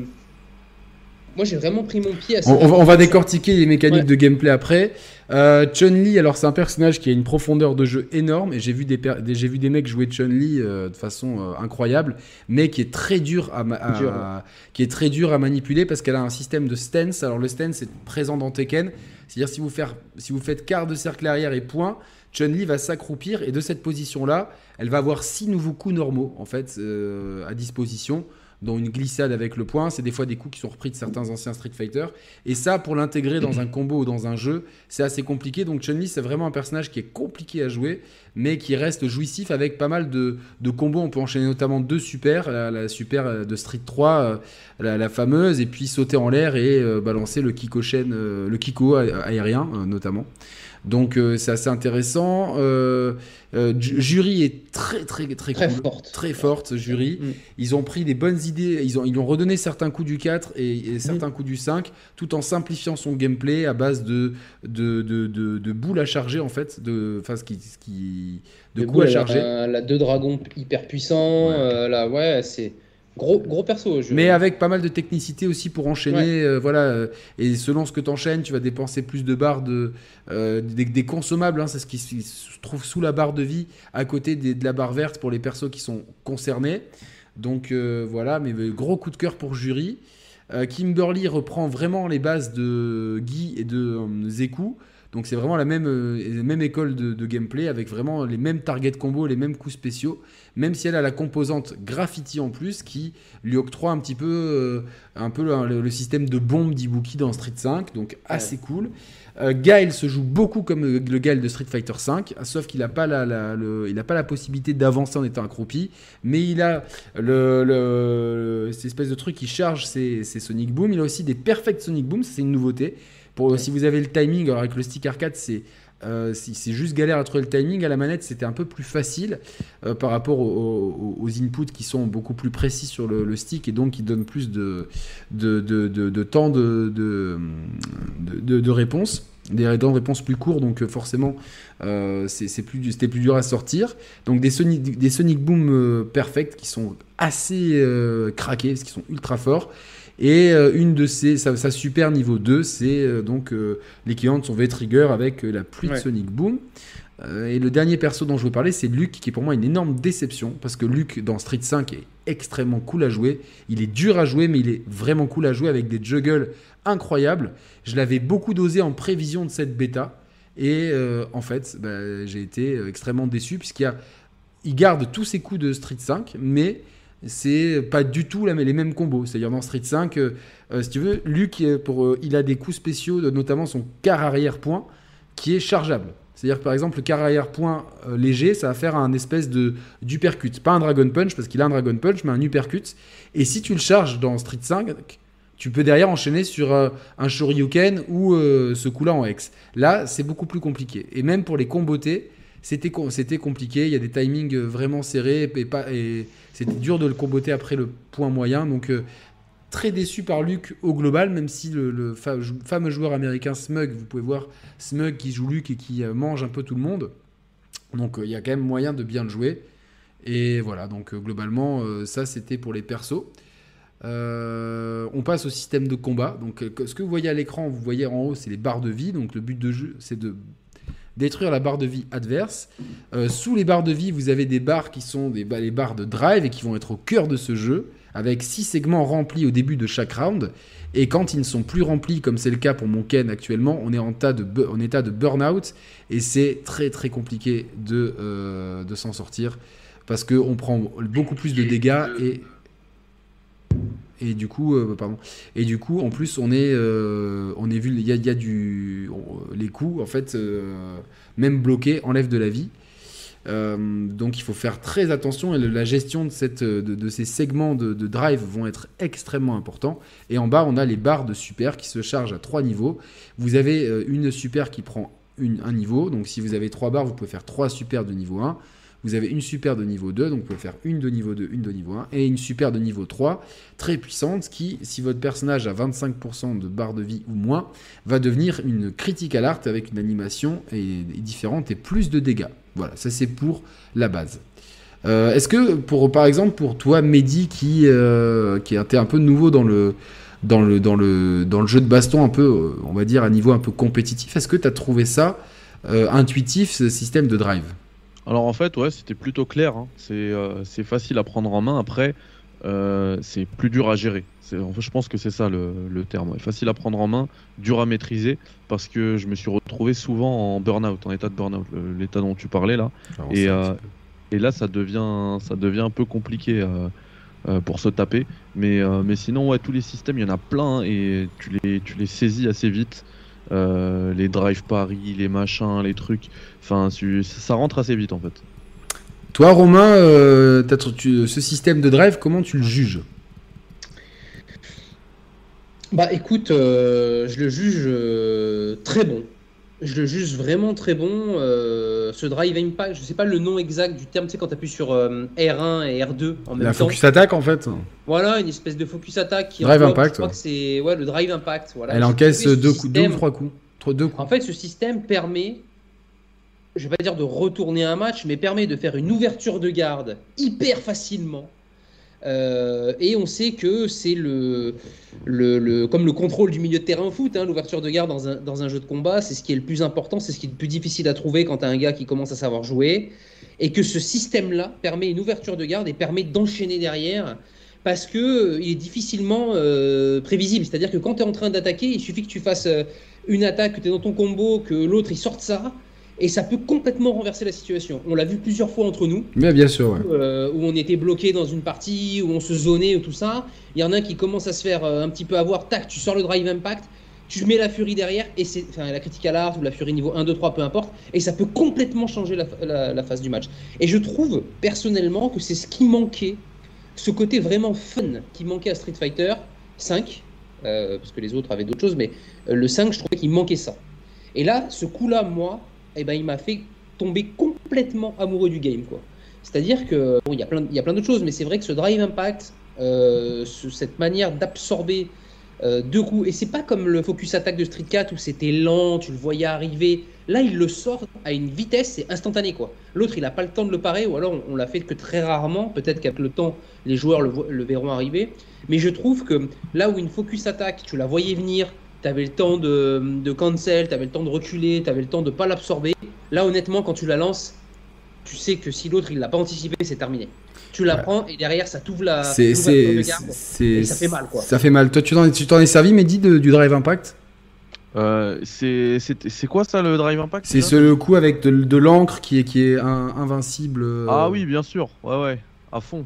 Moi, j'ai vraiment pris mon pied à ça. On, on va décortiquer les mécaniques ouais. de gameplay après. Euh, Chun-Li, alors c'est un personnage qui a une profondeur de jeu énorme et j'ai vu des, des, j'ai vu des mecs jouer Chun-Li euh, de façon euh, incroyable, mais qui est très dur à, à, dur, à ouais. qui est très dur à manipuler parce qu'elle a un système de stance. Alors le stance est présent dans Tekken, c'est-à-dire si vous, faire, si vous faites quart de cercle arrière et point, Chun-Li va s'accroupir et de cette position-là, elle va avoir six nouveaux coups normaux en fait euh, à disposition, dont une glissade avec le poing. C'est des fois des coups qui sont repris de certains anciens Street Fighter. Et ça, pour l'intégrer dans un combo ou dans un jeu, c'est assez compliqué. Donc Chun-Li, c'est vraiment un personnage qui est compliqué à jouer, mais qui reste jouissif avec pas mal de, de combos. On peut enchaîner notamment deux super, la, la super de Street trois, la, la fameuse, et puis sauter en l'air et euh, balancer le Kikoshen, euh, le Kiko aérien euh, notamment. Donc euh, c'est assez intéressant. Euh, euh, Jury est très très très, très cool, forte, très forte Jury. Mm. Ils ont pris des bonnes idées. Ils ont ils ont redonné certains coups du quatre et, et certains mm. coups du cinq, tout en simplifiant son gameplay à base de de de de, de boules à charger en fait, de enfin ce qui ce qui de coups à charger. La, la deux dragons hyper puissants. Ouais. Euh, là ouais c'est Gros, gros perso. Je... Mais avec pas mal de technicité aussi pour enchaîner. Ouais. Euh, voilà, euh, et selon ce que tu enchaînes, tu vas dépenser plus de barres de, euh, des, des consommables. Hein, c'est ce qui se trouve sous la barre de vie, à côté des, de la barre verte pour les persos qui sont concernés. Donc euh, voilà, mais gros coup de cœur pour Jury. Euh, Kimberly reprend vraiment les bases de Guy et de euh, Zeku. Donc c'est vraiment la même, euh, même école de, de gameplay avec vraiment les mêmes target combos, les mêmes coups spéciaux, même si elle a la composante graffiti en plus qui lui octroie un petit peu, euh, un peu le, le système de bombe d'Ibuki dans Street cinq, donc assez ouais. cool. Euh, Guile se joue beaucoup comme le Guile de Street Fighter cinq, sauf qu'il n'a pas la, la, le, il n'a pas la possibilité d'avancer en étant accroupi, mais il a le, le, cette espèce de truc qui charge ses, ses Sonic Boom. Il a aussi des Perfect Sonic Boom, c'est une nouveauté. Pour, ouais. Si vous avez le timing, alors avec le stick arcade, c'est, euh, c'est, c'est juste galère à trouver le timing. À la manette, c'était un peu plus facile euh, par rapport aux, aux, aux inputs qui sont beaucoup plus précis sur le, le stick et donc qui donnent plus de, de, de, de, de temps de, de, de, de, de réponse. Des temps de réponse plus courts, donc forcément euh, c'est, c'est plus, c'était plus dur à sortir. Donc des Sonic, des Sonic Boom euh, perfect qui sont assez euh, craqués, parce qu'ils sont ultra forts. Et euh, une de ces, sa, sa super niveau deux, c'est euh, donc euh, l'équivalent de son V-Trigger avec euh, la pluie ouais. de Sonic Boom. Euh, et le dernier perso dont je veux parler, c'est Luke, qui est pour moi une énorme déception, parce que Luke dans Street cinq est extrêmement cool à jouer. Il est dur à jouer, mais il est vraiment cool à jouer avec des juggles incroyables. Je l'avais beaucoup dosé en prévision de cette bêta, et euh, en fait, bah, j'ai été extrêmement déçu, puisqu'il y a, il garde tous ses coups de Street cinq, mais c'est pas du tout la, les mêmes combos. C'est-à-dire dans Street cinq, euh, euh, si tu veux, Luke, pour, euh, il a des coups spéciaux, notamment son quart arrière-point, qui est chargeable. C'est-à-dire que par exemple, le quart arrière-point euh, léger, ça va faire un espèce de d'uppercut. Pas un Dragon Punch, parce qu'il a un Dragon Punch, mais un uppercut. Et si tu le charges dans Street cinq, tu peux derrière enchaîner sur euh, un Shoryuken ou euh, ce coup-là en X. Là, c'est beaucoup plus compliqué. Et même pour les comboter, C'était, c'était compliqué, il y a des timings vraiment serrés et, pas, et c'était dur de le comboter après le point moyen. Donc euh, très déçu par Luke au global, même si le, le fameux joueur américain Smug, vous pouvez voir Smug qui joue Luke et qui euh, mange un peu tout le monde. Donc il euh, y a quand même moyen de bien le jouer. Et voilà, donc euh, globalement, euh, ça c'était pour les persos. Euh, on passe au système de combat. Donc euh, ce que vous voyez à l'écran, vous voyez en haut, c'est les barres de vie. Donc le but de jeu, c'est de détruire la barre de vie adverse. Euh, sous les barres de vie, vous avez des barres qui sont des, bah, les barres de drive et qui vont être au cœur de ce jeu, avec six segments remplis au début de chaque round. Et quand ils ne sont plus remplis, comme c'est le cas pour mon Ken actuellement, on est en, tas de bu- en état de burn-out et c'est très très compliqué de, euh, de s'en sortir parce qu'on prend beaucoup plus de dégâts et, et du coup, euh, pardon, et du coup, en plus, on est, euh, on est vu, il y a, il y a du, on- les coups en fait, euh, même bloqués, enlèvent de la vie. Euh, donc il faut faire très attention et le- la gestion de, cette, de, de ces segments de, de drive vont être extrêmement importants. Et en bas, on a les barres de super qui se chargent à trois niveaux. Vous avez euh, une super qui prend une, un niveau. Donc si vous avez trois barres, vous pouvez faire trois super de niveau un. Vous avez une super de niveau deux, donc vous pouvez faire une de niveau deux, une de niveau un, et une super de niveau trois, très puissante, qui, si votre personnage a vingt-cinq pour cent de barre de vie ou moins, va devenir une critical art avec une animation et, et différente et plus de dégâts. Voilà, ça c'est pour la base. Euh, est-ce que, pour, par exemple, pour toi, Mehdi, qui, euh, qui était un peu nouveau dans le, dans, le, dans, le, dans le jeu de baston, un peu, on va dire, à niveau un peu compétitif, est-ce que tu as trouvé ça euh, intuitif, ce système de drive ? Alors en fait, ouais, c'était plutôt clair. Hein. C'est euh, c'est facile à prendre en main. Après, euh, c'est plus dur à gérer. C'est, en fait, je pense que c'est ça le, le terme. Ouais. Facile à prendre en main, dur à maîtriser, parce que je me suis retrouvé souvent en burn-out, en état de burn-out, le- l'état dont tu parlais là. Alors, Et, ça, euh, et là, ça devient, ça devient un peu compliqué euh, euh, pour se taper. Mais, euh, mais sinon, ouais, tous les systèmes, il y en a plein, hein, et tu les, tu les saisis assez vite. Euh, les drive paris, les machins, les trucs. Enfin, tu- ça rentre assez vite en fait. Toi, Romain, euh, t'as- tu- ce système de drive, comment tu le juges ? Bah écoute, euh, je le juge euh, très bon. Je le juge vraiment très bon. Euh, ce drive impact, je sais pas le nom exact du terme, tu sais, quand tu appuies sur euh, R un et R deux en même La temps. focus attack, en fait. Voilà, une espèce de focus attack qui Drive englobe, impact, je crois ouais. que c'est ouais, le drive impact. Voilà. Elle J'ai encaisse trouvé ce deux, coups, deux ou système- trois coups. Trois- Deux coups. En fait, ce système permet, je vais pas dire de retourner un match, mais permet de faire une ouverture de garde hyper facilement. Euh, et on sait que c'est le, le, le- comme le contrôle du milieu de terrain au foot, hein, l'ouverture de garde dans un, dans un jeu de combat, c'est ce qui est le plus important, c'est ce qui est le plus difficile à trouver quand tu as un gars qui commence à savoir jouer. Et que ce système-là permet une ouverture de garde et permet d'enchaîner derrière parce qu'il euh, est difficilement euh, prévisible. C'est-à-dire que quand tu es en train d'attaquer, il suffit que tu fasses euh, une attaque, que tu es dans ton combo, que l'autre il sorte ça. Et ça peut complètement renverser la situation. On l'a vu plusieurs fois entre nous. Mais bien sûr, ouais. Euh, où on était bloqué dans une partie, où on se zonait, ou tout ça. Il y en a un qui commence à se faire euh, un petit peu avoir. Tac, tu sors le drive impact, tu mets la furie derrière, et c'est, enfin la critical art ou la furie niveau un, deux, trois, peu importe. Et ça peut complètement changer la, la, la phase du match. Et je trouve personnellement que c'est ce qui manquait, ce côté vraiment fun qui manquait à Street Fighter cinq, euh, parce que les autres avaient d'autres choses, mais euh, le cinq, je trouvais qu'il manquait ça. Et là, ce coup-là, moi, eh ben, il m'a fait tomber complètement amoureux du game, quoi. C'est-à-dire que bon, il y a plein, il y a plein d'autres choses, mais c'est vrai que ce drive impact, euh, ce, cette manière d'absorber euh, deux coups, et c'est pas comme le focus attack de Street quatre où c'était lent, tu le voyais arriver. Là, il le sort à une vitesse, c'est instantané, quoi. L'autre, il a pas le temps de le parer, ou alors on, on l'a fait que très rarement. Peut-être qu'avec le temps, les joueurs le, le verront arriver. Mais je trouve que là où une focus attack, tu la voyais venir. Tu avais le temps de, de cancel, tu avais le temps de reculer, tu avais le temps de ne pas l'absorber. Là, honnêtement, quand tu la lances, tu sais que si l'autre il l'a pas anticipé, c'est terminé. Tu la ouais. prends et derrière, ça t'ouvre la, c'est, c'est, la garde. C'est, et ça fait mal, quoi. Ça fait mal. Toi, tu t'en, tu t'en es servi, Mehdi, de, du drive impact euh, c'est, c'est, c'est quoi ça, le drive impact? C'est ce le coup avec de, de l'encre qui est, qui est un, invincible. Euh... Ah oui, bien sûr. Ouais, ouais. À fond.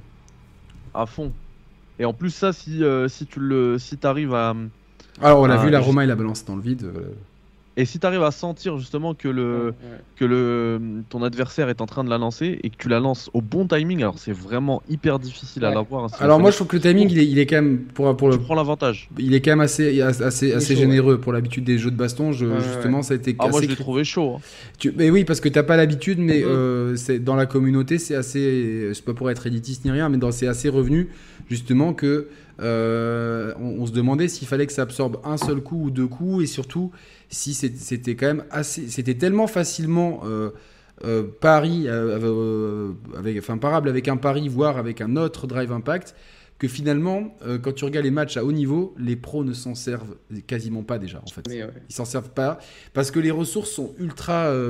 À fond. Et en plus, ça, si, euh, si tu le, si t'arrives à... Alors on a ah, vu, la juste... Romain il la balance dans le vide. Euh... Et si tu arrives à sentir justement que, le, ouais. que le, ton adversaire est en train de la lancer et que tu la lances au bon timing, alors c'est vraiment hyper difficile ouais. à l'avoir. Hein, si alors moi je trouve que le timing il est, il est quand même pour, pour tu le, prends l'avantage. Il est quand même assez, assez, assez chaud, généreux ouais. pour l'habitude des jeux de baston. Je, ouais, justement ouais. ça a été. Ah assez moi je l'ai trouvé chaud. Hein. Tu, mais oui parce que t'as pas l'habitude, mais mm-hmm. euh, c'est, dans la communauté c'est assez, c'est pas pour être éditiste ni rien, mais dans, c'est assez revenu justement que euh, on, on se demandait s'il fallait que ça absorbe un seul coup ou deux coups et surtout si c'était quand même assez, c'était tellement facilement euh, euh, pari, euh, euh, avec, enfin parable avec un pari, voire avec un autre drive impact, que finalement, euh, quand tu regardes les matchs à haut niveau, les pros ne s'en servent quasiment pas déjà, en fait. Mais ouais. Ils s'en servent pas parce que les ressources sont ultra... Euh,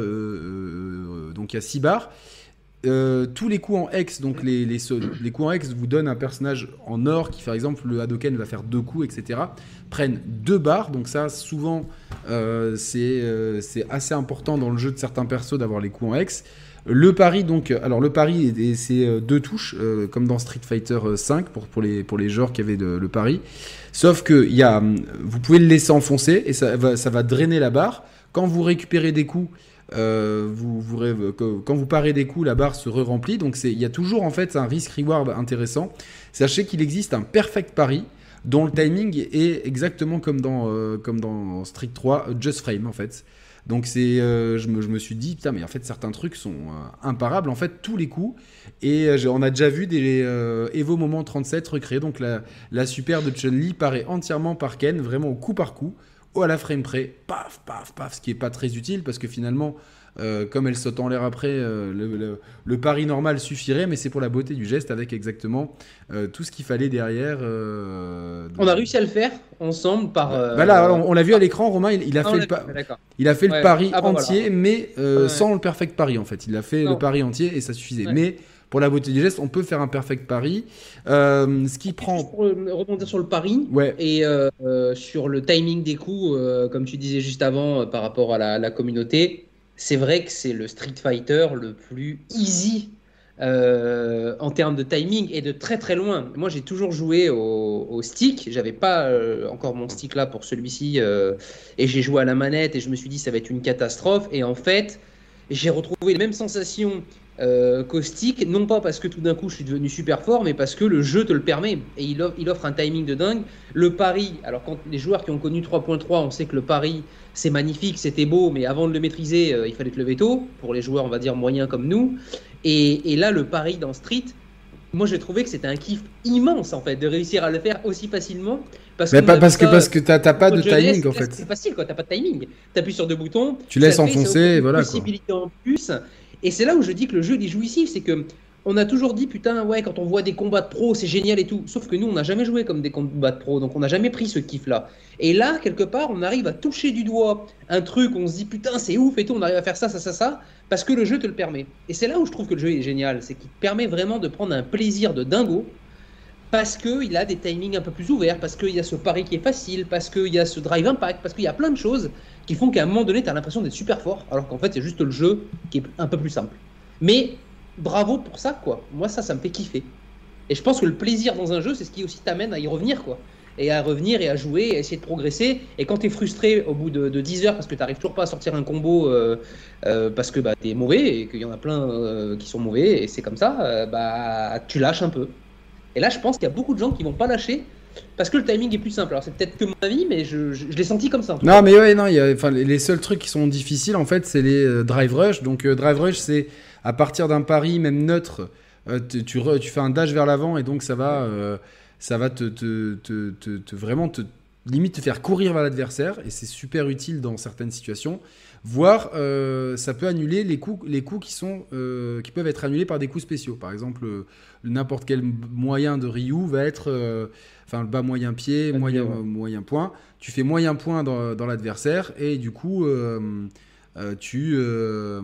euh, donc il y a six barres. Euh, tous les coups en hex, donc les, les, les coups en hex vous donnent un personnage en or qui, par exemple, le Hadoken va faire deux coups, et cetera. Prennent deux barres, donc ça, souvent, euh, c'est, euh, c'est assez important dans le jeu de certains persos d'avoir les coups en hex. Le pari, donc, alors le pari, c'est deux touches, euh, comme dans Street Fighter cinq pour, pour, les, pour les joueurs qui avaient de, le pari. Sauf que y a, vous pouvez le laisser enfoncer et ça va, ça va drainer la barre. Quand vous récupérez des coups, Euh, vous, vous, quand vous parez des coups, la barre se re-remplit. Donc il y a toujours en fait un risk-reward intéressant. Sachez qu'il existe un perfect pari dont le timing est exactement comme dans, euh, comme dans Street trois, Just Frame en fait. Donc c'est, euh, je, me, je me suis dit, putain, mais en fait certains trucs sont euh, imparables, en fait tous les coups. Et euh, on a déjà vu des euh, Evo Moment trente-sept recréer. Donc la, la super de Chun-Li paraît entièrement par Ken, vraiment au coup par coup. À la frame près, paf, paf, paf, ce qui n'est pas très utile parce que finalement, euh, comme elle saute en l'air après, euh, le, le, le pari normal suffirait, mais c'est pour la beauté du geste avec exactement euh, tout ce qu'il fallait derrière. Euh, on a réussi à le faire ensemble par. Euh, bah là, on, on l'a vu à l'écran, Romain, il, il a ah, fait, le, pa- il a fait ouais. le pari ah, bah, entier, voilà. mais euh, ouais. sans le perfect pari en fait. Il a fait non. le pari entier et ça suffisait. Ouais. Mais pour la beauté du geste, on peut faire un perfect pari. Euh, ce qui et prend. Juste pour rebondir sur le pari ouais. et euh, euh, sur le timing des coups, euh, comme tu disais juste avant, euh, par rapport à la, la communauté, c'est vrai que c'est le Street Fighter le plus easy euh, en termes de timing et de très très loin. Moi, j'ai toujours joué au, au stick. J'avais pas euh, encore mon stick là pour celui-ci euh, et j'ai joué à la manette et je me suis dit ça va être une catastrophe. Et en fait, j'ai retrouvé les mêmes sensations. Euh, caustique, non pas parce que tout d'un coup je suis devenu super fort, mais parce que le jeu te le permet et il offre, il offre un timing de dingue. Le pari, alors quand les joueurs qui ont connu trois point trois, on sait que le pari c'est magnifique, c'était beau, mais avant de le maîtriser, euh, il fallait te lever tôt pour les joueurs, on va dire moyens comme nous. Et, et là, le pari dans Street, moi j'ai trouvé que c'était un kiff immense en fait de réussir à le faire aussi facilement. Parce, mais pas, parce, que, parce que t'as, t'as pas de jeunesse, timing en fait. C'est facile quoi, t'as pas de timing. T'appuies sur deux boutons, tu laisses enfoncer, et voilà quoi. Possibilité en plus. Et c'est là où je dis que le jeu il est jouissif, c'est que on a toujours dit putain ouais quand on voit des combats de pro c'est génial et tout, sauf que nous on n'a jamais joué comme des combats de pro, donc on n'a jamais pris ce kiff là. Et là quelque part on arrive à toucher du doigt un truc, on se dit putain c'est ouf et tout, on arrive à faire ça ça ça ça parce que le jeu te le permet. Et c'est là où je trouve que le jeu est génial, c'est qu'il te permet vraiment de prendre un plaisir de dingo. Parce qu'il a des timings un peu plus ouverts, parce qu'il y a ce pari qui est facile, parce qu'il y a ce drive impact, parce qu'il y a plein de choses qui font qu'à un moment donné, tu as l'impression d'être super fort, alors qu'en fait, c'est juste le jeu qui est un peu plus simple. Mais bravo pour ça, quoi. Moi, ça, ça me fait kiffer. Et je pense que le plaisir dans un jeu, c'est ce qui aussi t'amène à y revenir, quoi. Et à revenir et à jouer, et à essayer de progresser. Et quand tu es frustré au bout de, de dix heures parce que tu n'arrives toujours pas à sortir un combo euh, euh, parce que bah, tu es mauvais et qu'il y en a plein euh, qui sont mauvais, et c'est comme ça, euh, bah, tu lâches un peu. Et là, je pense qu'il y a beaucoup de gens qui vont pas lâcher parce que le timing est plus simple. Alors, c'est peut-être que mon avis, mais je, je, je l'ai senti comme ça. Non, mais ouais, non, il y a, enfin, les, les seuls trucs qui sont difficiles, en fait, c'est les euh, drive rush. Donc, euh, drive rush, c'est à partir d'un pari, même neutre, euh, tu, tu, re, tu fais un dash vers l'avant et donc ça va, euh, ça va te, te, te, te, te vraiment te limite te faire courir vers l'adversaire et c'est super utile dans certaines situations. Voire, euh, ça peut annuler les coups, les coups qui, sont, euh, qui peuvent être annulés par des coups spéciaux. Par exemple, euh, n'importe quel moyen de Ryu va être... Euh, enfin, le bas moyen pied, moyen, euh, moyen point. Tu fais moyen point dans, dans l'adversaire et du coup, euh, euh, tu, euh,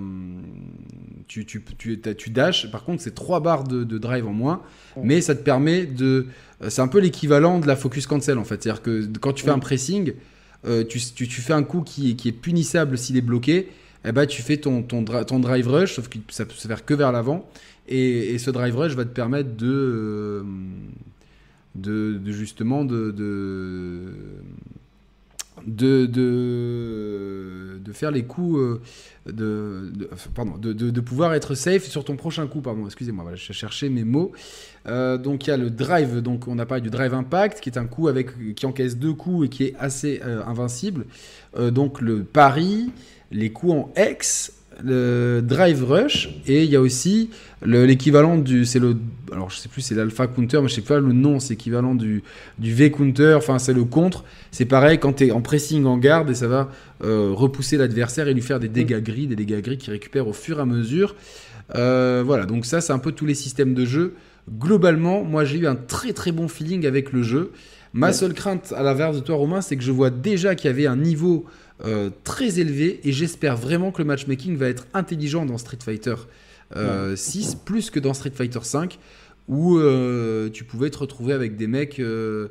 tu, tu, tu, tu dash. Par contre, c'est trois barres de, de drive en moins. Ouais. Mais ça te permet de... C'est un peu l'équivalent de la focus cancel, en fait. C'est-à-dire que quand tu fais ouais. un pressing... Euh, tu, tu, tu fais un coup qui, qui est punissable s'il est bloqué, eh ben, tu fais ton, ton, ton drive rush, sauf que ça peut se faire que vers l'avant, et, et ce drive rush va te permettre de, de, de justement de, de, de, de, de faire les coups, de, de, pardon, de, de, de pouvoir être safe sur ton prochain coup, pardon, excusez-moi, voilà, je cherchais mes mots. Euh, donc il y a le drive, donc on a parlé du drive impact qui est un coup avec, qui encaisse deux coups et qui est assez euh, invincible. Euh, donc le pari, les coups en X, le drive rush et il y a aussi le, l'équivalent du, c'est le, alors je sais plus c'est l'alpha counter mais je sais pas le nom, c'est équivalent du, du V counter, enfin c'est le contre. C'est pareil quand tu es en pressing en garde et ça va euh, repousser l'adversaire et lui faire des dégâts gris, des dégâts gris qui récupèrent au fur et à mesure. Euh, voilà, donc ça c'est un peu tous les systèmes de jeu globalement, moi j'ai eu un très très bon feeling avec le jeu. Ma ouais. seule crainte, à l'inverse de toi Romain, c'est que je vois déjà qu'il y avait un niveau euh, très élevé et j'espère vraiment que le matchmaking va être intelligent dans Street Fighter euh, ouais. six, plus que dans Street Fighter cinq, où euh, tu pouvais te retrouver avec des mecs, euh,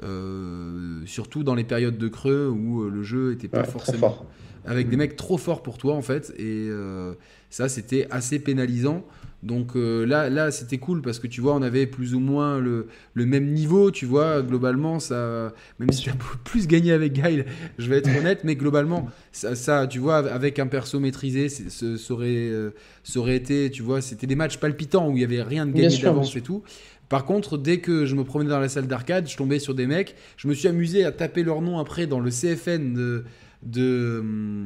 euh, surtout dans les périodes de creux où euh, le jeu n'était pas ouais, forcément... avec des mecs trop forts pour toi en fait, et euh, ça c'était assez pénalisant. Donc euh, là, là c'était cool parce que tu vois on avait plus ou moins le, le même niveau, tu vois, globalement ça, même si tu as plus gagné avec Guile, je vais être honnête, mais globalement ça, ça tu vois, avec un perso maîtrisé, ça aurait, euh, ça aurait été, tu vois, c'était des matchs palpitants où il n'y avait rien de gagné d'avance et tout. Par contre, dès que je me promenais dans la salle d'arcade, je tombais sur des mecs, je me suis amusé à taper leur nom après dans le C F N de... De,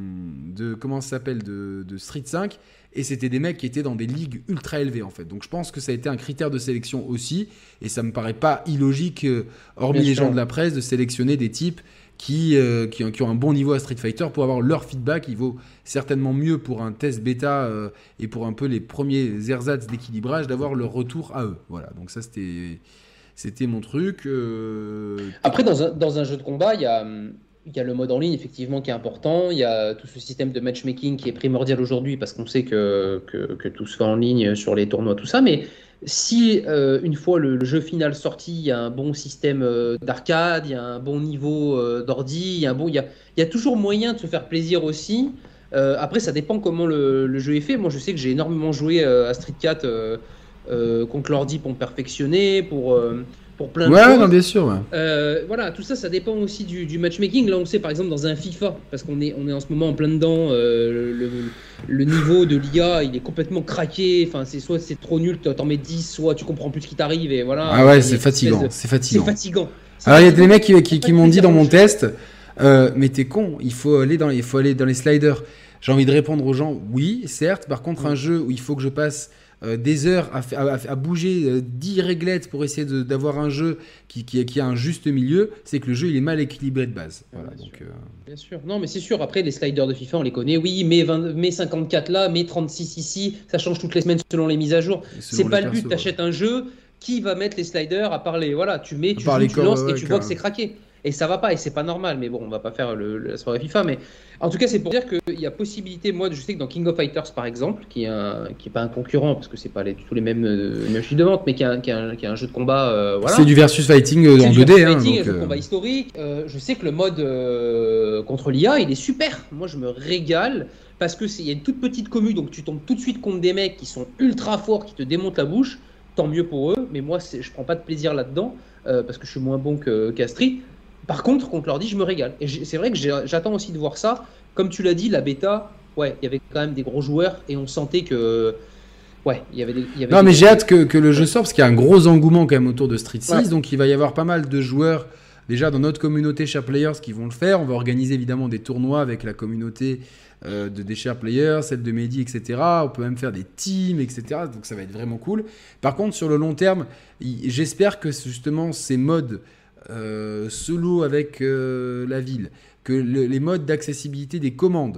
de comment ça s'appelle de, de Street cinq, et c'était des mecs qui étaient dans des ligues ultra élevées en fait. Donc je pense que ça a été un critère de sélection aussi, et ça me paraît pas illogique, euh, hormis Bien les sûr. gens de la presse, de sélectionner des types qui, euh, qui, qui ont un bon niveau à Street Fighter pour avoir leur feedback. Il vaut certainement mieux pour un test bêta euh, et pour un peu les premiers ersatz d'équilibrage d'avoir leur retour à eux. Voilà, donc ça c'était, c'était mon truc. Euh... Après dans un, dans un jeu de combat, il y a... Il y a le mode en ligne, effectivement, qui est important. Il y a tout ce système de matchmaking qui est primordial aujourd'hui parce qu'on sait que, que, que tout se fait en ligne sur les tournois, tout ça. Mais si, euh, une fois le, le jeu final sorti, il y a un bon système euh, d'arcade, il y a un bon niveau euh, d'ordi, il y a un bon, il y a, il y a toujours moyen de se faire plaisir aussi. Euh, après, ça dépend comment le, le jeu est fait. Moi, je sais que j'ai énormément joué euh, à Street quatre euh, euh, contre l'ordi pour me perfectionner, pour... Euh, pour plein de ouais, choses. Non, bien sûr. Ouais. Euh, voilà, tout ça, ça dépend aussi du, du matchmaking. Là, on sait par exemple dans un FIFA, parce qu'on est, on est en ce moment en plein dedans, euh, le, le niveau de l'I A, il est complètement craqué. Enfin, c'est soit c'est trop nul, t'en mets dix, soit tu comprends plus ce qui t'arrive et voilà. Ah ouais, c'est fatigant, de... c'est fatigant. C'est fatigant. Alors il y a des mecs qui, qui, qui m'ont dit dans mon test, euh, mais t'es con, il faut aller dans, il faut aller dans les sliders. J'ai envie de répondre aux gens, oui, certes. Par contre, un jeu où il faut que je passe Euh, des heures à, à, à bouger euh, dix réglettes pour essayer de, d'avoir un jeu qui, qui, qui a un juste milieu, c'est que le jeu il est mal équilibré de base. Voilà, bien, donc, sûr. Euh... bien sûr. Non, mais c'est sûr. Après, les sliders de FIFA, on les connaît. Oui, mais, vingt, mais cinquante-quatre là, mais trente-six ici. Ça change toutes les semaines selon les mises à jour. C'est pas le but. Tu achètes un jeu qui va mettre les sliders à part les. Voilà, tu mets, tu, joues, tu corps, lances ouais, et tu vois que c'est craqué. Et ça va pas, et c'est pas normal, mais bon, on va pas faire le, le, la soirée FIFA, mais en tout cas, c'est pour dire qu'il y a possibilité, moi, je sais que dans King of Fighters, par exemple, qui est, un, qui est pas un concurrent, parce que c'est pas les, tous les mêmes, euh, mêmes chiffres de vente, mais qui est un, qui est un, qui est un jeu de combat, euh, voilà. C'est du versus fighting euh, en deux D, hein. Fighting, donc, un jeu de combat historique. Euh, je sais que le mode euh, contre l'I A, il est super. Moi, je me régale, parce que c'est, y a une toute petite commu, donc tu tombes tout de suite contre des mecs qui sont ultra forts, qui te démontent la bouche, tant mieux pour eux, mais moi, c'est, je prends pas de plaisir là-dedans, euh, parce que je suis moins bon que, qu'à Street. Par contre, contre l'ordi, je me régale. Et c'est vrai que j'attends aussi de voir ça. Comme tu l'as dit, la bêta, ouais, il y avait quand même des gros joueurs et on sentait que... Ouais, il y avait des... Y avait non, des... mais j'ai hâte que, que le jeu sorte parce qu'il y a un gros engouement quand même autour de Street six. Ouais. Donc il va y avoir pas mal de joueurs déjà dans notre communauté Share Players qui vont le faire. On va organiser évidemment des tournois avec la communauté euh, de des Share Players, celle de Mehdi, et cetera. On peut même faire des teams, et cetera. Donc ça va être vraiment cool. Par contre, sur le long terme, j'espère que justement ces modes... Euh, solo avec euh, la ville, que le, les modes d'accessibilité des commandes,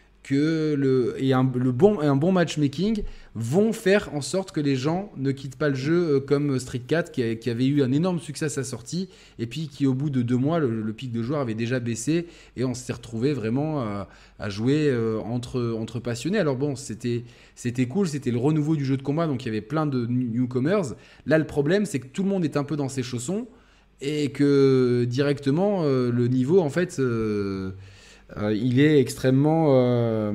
que le, et, un, le bon, et un bon matchmaking vont faire en sorte que les gens ne quittent pas le jeu euh, comme Street quatre qui, a, qui avait eu un énorme succès à sa sortie et puis qui au bout de deux mois le, le pic de joueurs avait déjà baissé et on s'est retrouvé vraiment à, à jouer euh, entre, entre passionnés. Alors bon, c'était, c'était cool, c'était le renouveau du jeu de combat, donc il y avait plein de newcomers. Là le problème c'est que tout le monde est un peu dans ses chaussons et que directement euh, le niveau en fait euh, euh, il est extrêmement euh,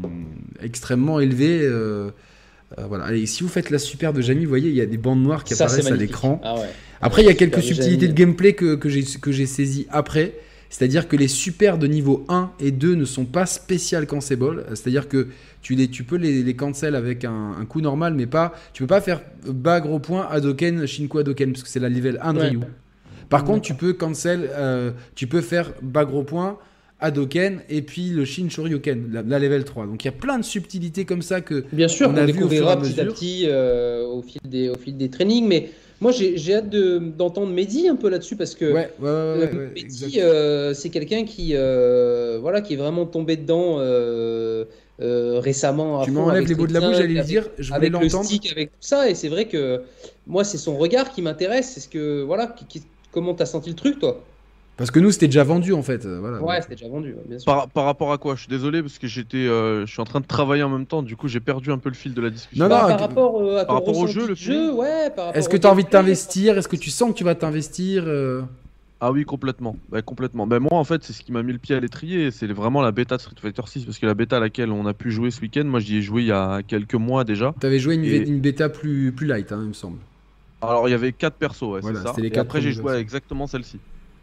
extrêmement élevé euh, euh, voilà. Allez, si vous faites la super de Jamie, vous voyez il y a des bandes noires qui ça, apparaissent à l'écran. Ah ouais. Après il y a quelques subtilités de gameplay que, que j'ai, que j'ai saisies après, c'est-à-dire que les super de niveau un et deux ne sont pas spécial cancelable, c'est-à-dire que tu, les, tu peux les, les cancel avec un, un coup normal, mais pas, tu peux pas faire bas gros point Hadoken Shinku Hadoken parce que c'est la level un de ouais. Ryu. Par contre, tu peux cancel, euh, tu peux faire bas gros point, Hadoken et puis le Shin Shoryuken, la, la level trois. Donc il y a plein de subtilités comme ça que bien sûr, on a vu au fur et à mesure. Petit à petit euh, au fil des au fil des trainings, mais Moi, j'ai, j'ai hâte de, d'entendre Mehdi un peu là-dessus parce que ouais, ouais, ouais, ouais, euh, ouais, Mehdi, euh, c'est quelqu'un qui, euh, voilà, qui est vraiment tombé dedans euh, euh, récemment à Tu fond m'enlèves avec les mots Street de la bouche, cinq, j'allais le avec, dire, je voulais avec le l'entendre. stick, avec tout ça. Et c'est vrai que moi, c'est son regard qui m'intéresse. C'est ce que, voilà, qui, qui, comment t'as senti le truc, toi? Parce que nous, c'était déjà vendu, en fait. Voilà, Ouais, donc. c'était déjà vendu, ouais, bien sûr. Par, par rapport à quoi? Je suis désolé parce que j'étais, euh, je suis en train de travailler en même temps, du coup j'ai perdu un peu le fil de la discussion. Non, Bah, non, par que- rapport euh, à Par ton rapport au ressenti jeu, le de jeu, feeling ouais, par rapport Est-ce que au tu as envie de gameplay, t'investir? Est-ce que tu sens que tu vas t'investir euh Ah oui, complètement. Bah, complètement. Bah, moi, en fait, c'est ce qui m'a mis le pied à l'étrier. C'est vraiment la bêta de Street Fighter six. Parce que la bêta à laquelle on a pu jouer ce week-end, moi, j'y ai joué il y a quelques mois déjà. T'avais joué une, Et une bêta plus, plus light, hein, il me semble. alors, il y avait quatre persos, ouais, c'est Voilà, ça. c'était les Et quatre après, j'ai premiers joué à persos. exactement celle-ci.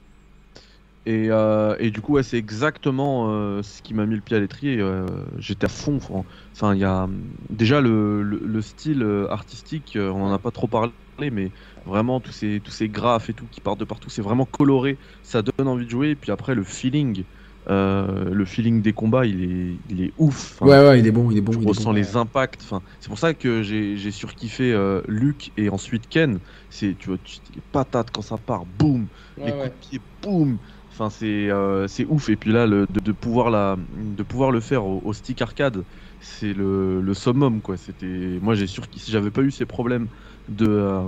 Et, euh, et du coup, ouais, c'est exactement euh, ce qui m'a mis le pied à l'étrier. Euh, j'étais à fond. Enfin, enfin, il y a déjà le, le, le style euh, artistique, euh, on en a pas trop parlé, mais vraiment tous ces, tous ces graphes et tout qui partent de partout, c'est vraiment coloré, ça donne envie de jouer. Et puis après, le feeling, euh, le feeling des combats, il est, il est ouf. Enfin, Ouais, ouais, il est bon, il est bon. tu il est ressens bon. les impacts. Enfin, c'est pour ça que j'ai j'ai surkiffé euh, Luke et ensuite Ken. C'est, tu vois, tu, les patates quand ça part, boum, Ouais, les ouais. coups de pied, boum. Enfin, c'est euh, c'est ouf. Et puis là, le, de, de pouvoir la, de pouvoir le faire au, au stick arcade, c'est le, le summum, quoi. C'était, moi, j'ai sûr que si j'avais pas eu ces problèmes de, euh,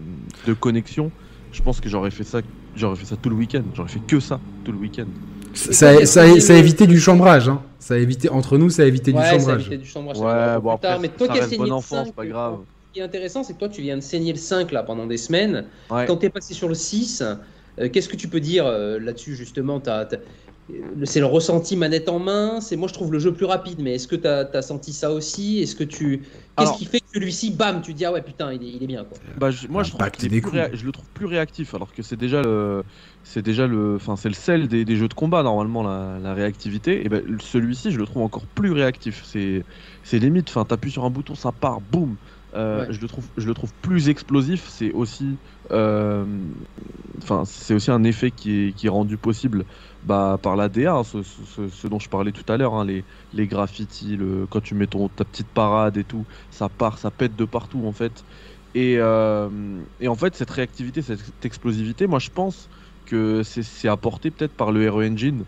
de connexion, je pense que j'aurais fait ça, j'aurais fait ça tout le week-end. J'aurais fait que ça tout le week-end. Ça, ça, ça, ça a évité du chambrage. Hein. Ça a évité, entre nous, ça a évité Ouais, du ça chambrage. évitait du chambrage. Ouais, ça viendra bon, plus tard. après, Mais toi ça qui as reste saigné bon le enfant, cinq, c'est pas grave. ce qui est intéressant, c'est que toi, tu viens de saigner le cinq là, pendant des semaines. Ouais. Quand tu es passé sur le six, euh, qu'est-ce que tu peux dire euh, là-dessus, justement? T'as, t'as- le- C'est le ressenti manette en main. C'est, moi, je trouve le jeu plus rapide, mais est-ce que tu as senti ça aussi? Est-ce que tu... Qu'est-ce Alors- qui fait que celui-ci, bam, tu te dis, ah ouais, putain, il est, il est bien, quoi. Bah, je- moi, je, trouve L'impact qu'il est des plus coups. réa- je le trouve plus réactif, alors que c'est déjà le, c'est déjà le, enfin, c'est le sel des, des jeux de combat normalement la, la réactivité. Et ben celui-ci, je le trouve encore plus réactif. C'est, c'est limite. Enfin, t'appuies sur un bouton, ça part, boum. Euh, Ouais. Je le trouve, je le trouve plus explosif. C'est aussi, euh, enfin, c'est aussi un effet qui est, qui est rendu possible, bah, par la D A, hein, ce, ce- ce dont je parlais tout à l'heure, hein, les, les graffitis, le, quand tu mets ton, ta petite parade et tout, ça part, ça pète de partout en fait. Et, euh, et en fait, cette réactivité, cette explosivité, moi je pense que c'est c'est apporté peut-être par le Hero Engine,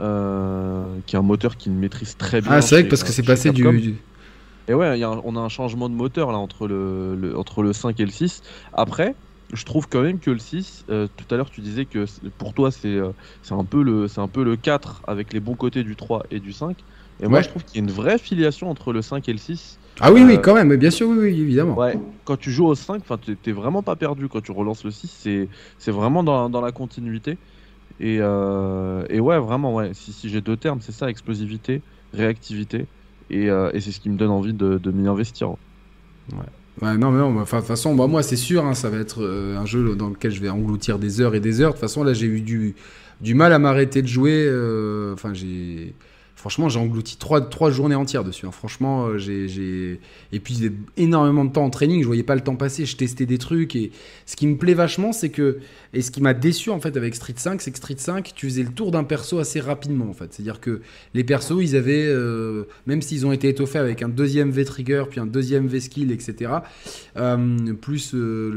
euh, qui est un moteur qui maîtrise très bien. Ah, c'est vrai chez- que parce que c'est chez passé Capcom. du. Et ouais, il y a un- on a un changement de moteur là entre le, le- entre le cinq et le six. Après, je trouve quand même que le six, euh, tout à l'heure tu disais que c'est- pour toi c'est euh, c'est un peu le c'est un peu le quatre avec les bons côtés du trois et du cinq. Et moi Ouais. je trouve qu'il y a une vraie filiation entre le cinq et le six. Ah oui, oui, Euh, quand même, mais bien sûr, oui, oui, évidemment. Ouais, quand tu joues au cinq, enfin, t'es t'es vraiment pas perdu quand tu relances le six, c'est c'est vraiment dans, dans la continuité. Et, euh, et ouais, vraiment, ouais, si, si j'ai deux termes, c'est ça, explosivité, réactivité, et, euh, et c'est ce qui me donne envie de, de m'y investir. Ouais, non, mais non, enfin, de toute façon, bah, moi, c'est sûr, hein, ça va être euh, un jeu dans lequel je vais engloutir des heures et des heures. De toute façon, là, j'ai eu du, du mal à m'arrêter de jouer. euh, Enfin, j'ai. Franchement, j'ai englouti trois, trois journées entières dessus. Hein. Franchement, euh, j'ai, j'ai épuisé énormément de temps en training. Je voyais pas le temps passer. Je testais des trucs. Et ce qui me plaît vachement, c'est que. Et ce qui m'a déçu, en fait, avec Street cinq, c'est que Street cinq, tu faisais le tour d'un perso assez rapidement, en fait. C'est-à-dire que les persos, ils avaient. euh, même s'ils ont été étoffés avec un deuxième V-trigger, puis un deuxième V-skill, et cetera. Euh, plus euh,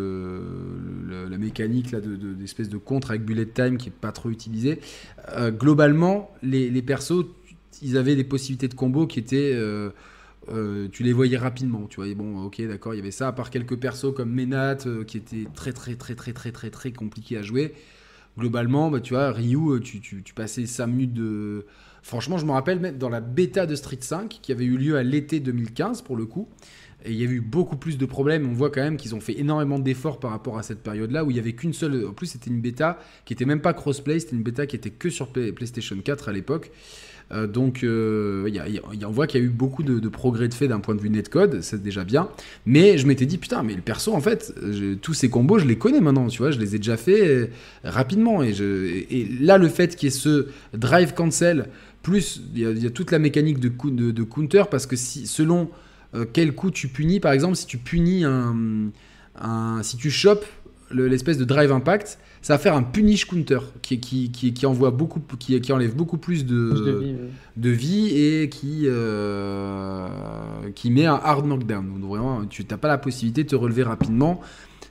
le, le- la mécanique là, de, de- d'espèce de contre avec bullet time qui est pas trop utilisée. Euh, globalement, les, les persos, ils avaient des possibilités de combo qui étaient, euh, euh, tu les voyais rapidement. Tu voyais, bon, ok, d'accord, il y avait ça. À part quelques persos comme Menat euh, qui étaient très très très très très très très compliqués à jouer. Globalement, bah, tu vois, Ryu, tu, tu, tu passais cinq minutes de. Franchement, je me rappelle même dans la bêta de Street cinq qui avait eu lieu à l'été deux mille quinze pour le coup. Et il y a eu beaucoup plus de problèmes. On voit quand même qu'ils ont fait énormément d'efforts par rapport à cette période-là où il y avait qu'une seule. En plus, c'était une bêta qui était même pas crossplay. C'était une bêta qui était que sur Play- PlayStation quatre à l'époque. Euh, donc, euh, il y a- il y a- on voit qu'il y a eu beaucoup de, de progrès de fait d'un point de vue netcode. C'est déjà bien. Mais je m'étais dit, putain, mais le perso, en fait, je- tous ces combos, je les connais maintenant. Tu vois, je les ai déjà fait euh, rapidement. Et, je, et là, le fait qu'il y ait ce drive cancel, plus il y a, il y a toute la mécanique de, cou- de, de counter, parce que si, selon. Euh, quel coup tu punis, par exemple, si tu punis un, un si tu chopes le- l'espèce de drive impact, ça va faire un punish counter qui, qui, qui, qui envoie beaucoup, qui, qui enlève beaucoup plus de, Plus de vie, ouais. de vie et qui, euh, qui met un hard knockdown. Donc vraiment, tu n'as pas la possibilité de te relever rapidement.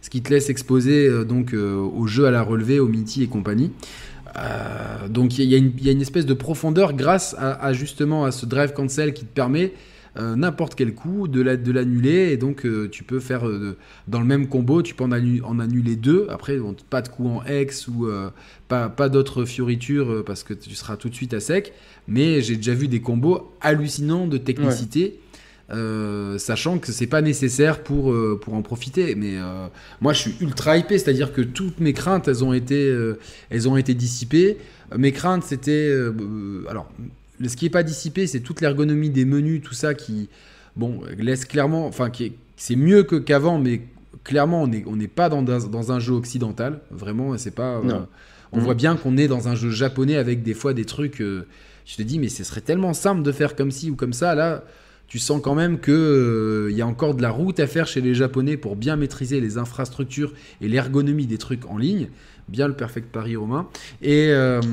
ce qui te laisse exposer euh, donc euh, aux jeux à la relevée, au Minty et compagnie. Euh, donc il y, y, y a une espèce de profondeur grâce à, à justement à ce drive cancel qui te permet euh, n'importe quel coup de, la, de l'annuler, et donc euh, tu peux faire euh, dans le même combo, tu peux en, annu- en annuler deux. Après bon, pas de coup en hex ou euh, pas, pas d'autres fioritures euh, parce que tu seras tout de suite à sec, mais j'ai déjà vu des combos hallucinants de technicité. Ouais. Euh, sachant que c'est pas nécessaire pour, euh, pour en profiter, mais euh, moi je suis ultra hypé, c'est-à-dire que toutes mes craintes elles ont été, euh, elles ont été dissipées. Mes craintes c'était euh, alors ce qui est pas dissipé, c'est toute l'ergonomie des menus, tout ça qui bon laisse clairement, enfin qui est, c'est mieux que, qu'avant, mais clairement on n'est on n'est pas dans, dans un jeu occidental, vraiment. C'est pas euh, on mmh. voit bien qu'on est dans un jeu japonais avec des fois des trucs euh, je te dis mais ce serait tellement simple de faire comme ci ou comme ça. Là tu sens quand même qu'il euh, y a encore de la route à faire chez les Japonais pour bien maîtriser les infrastructures et l'ergonomie des trucs en ligne. Bien le perfect pari romain. Et, euh,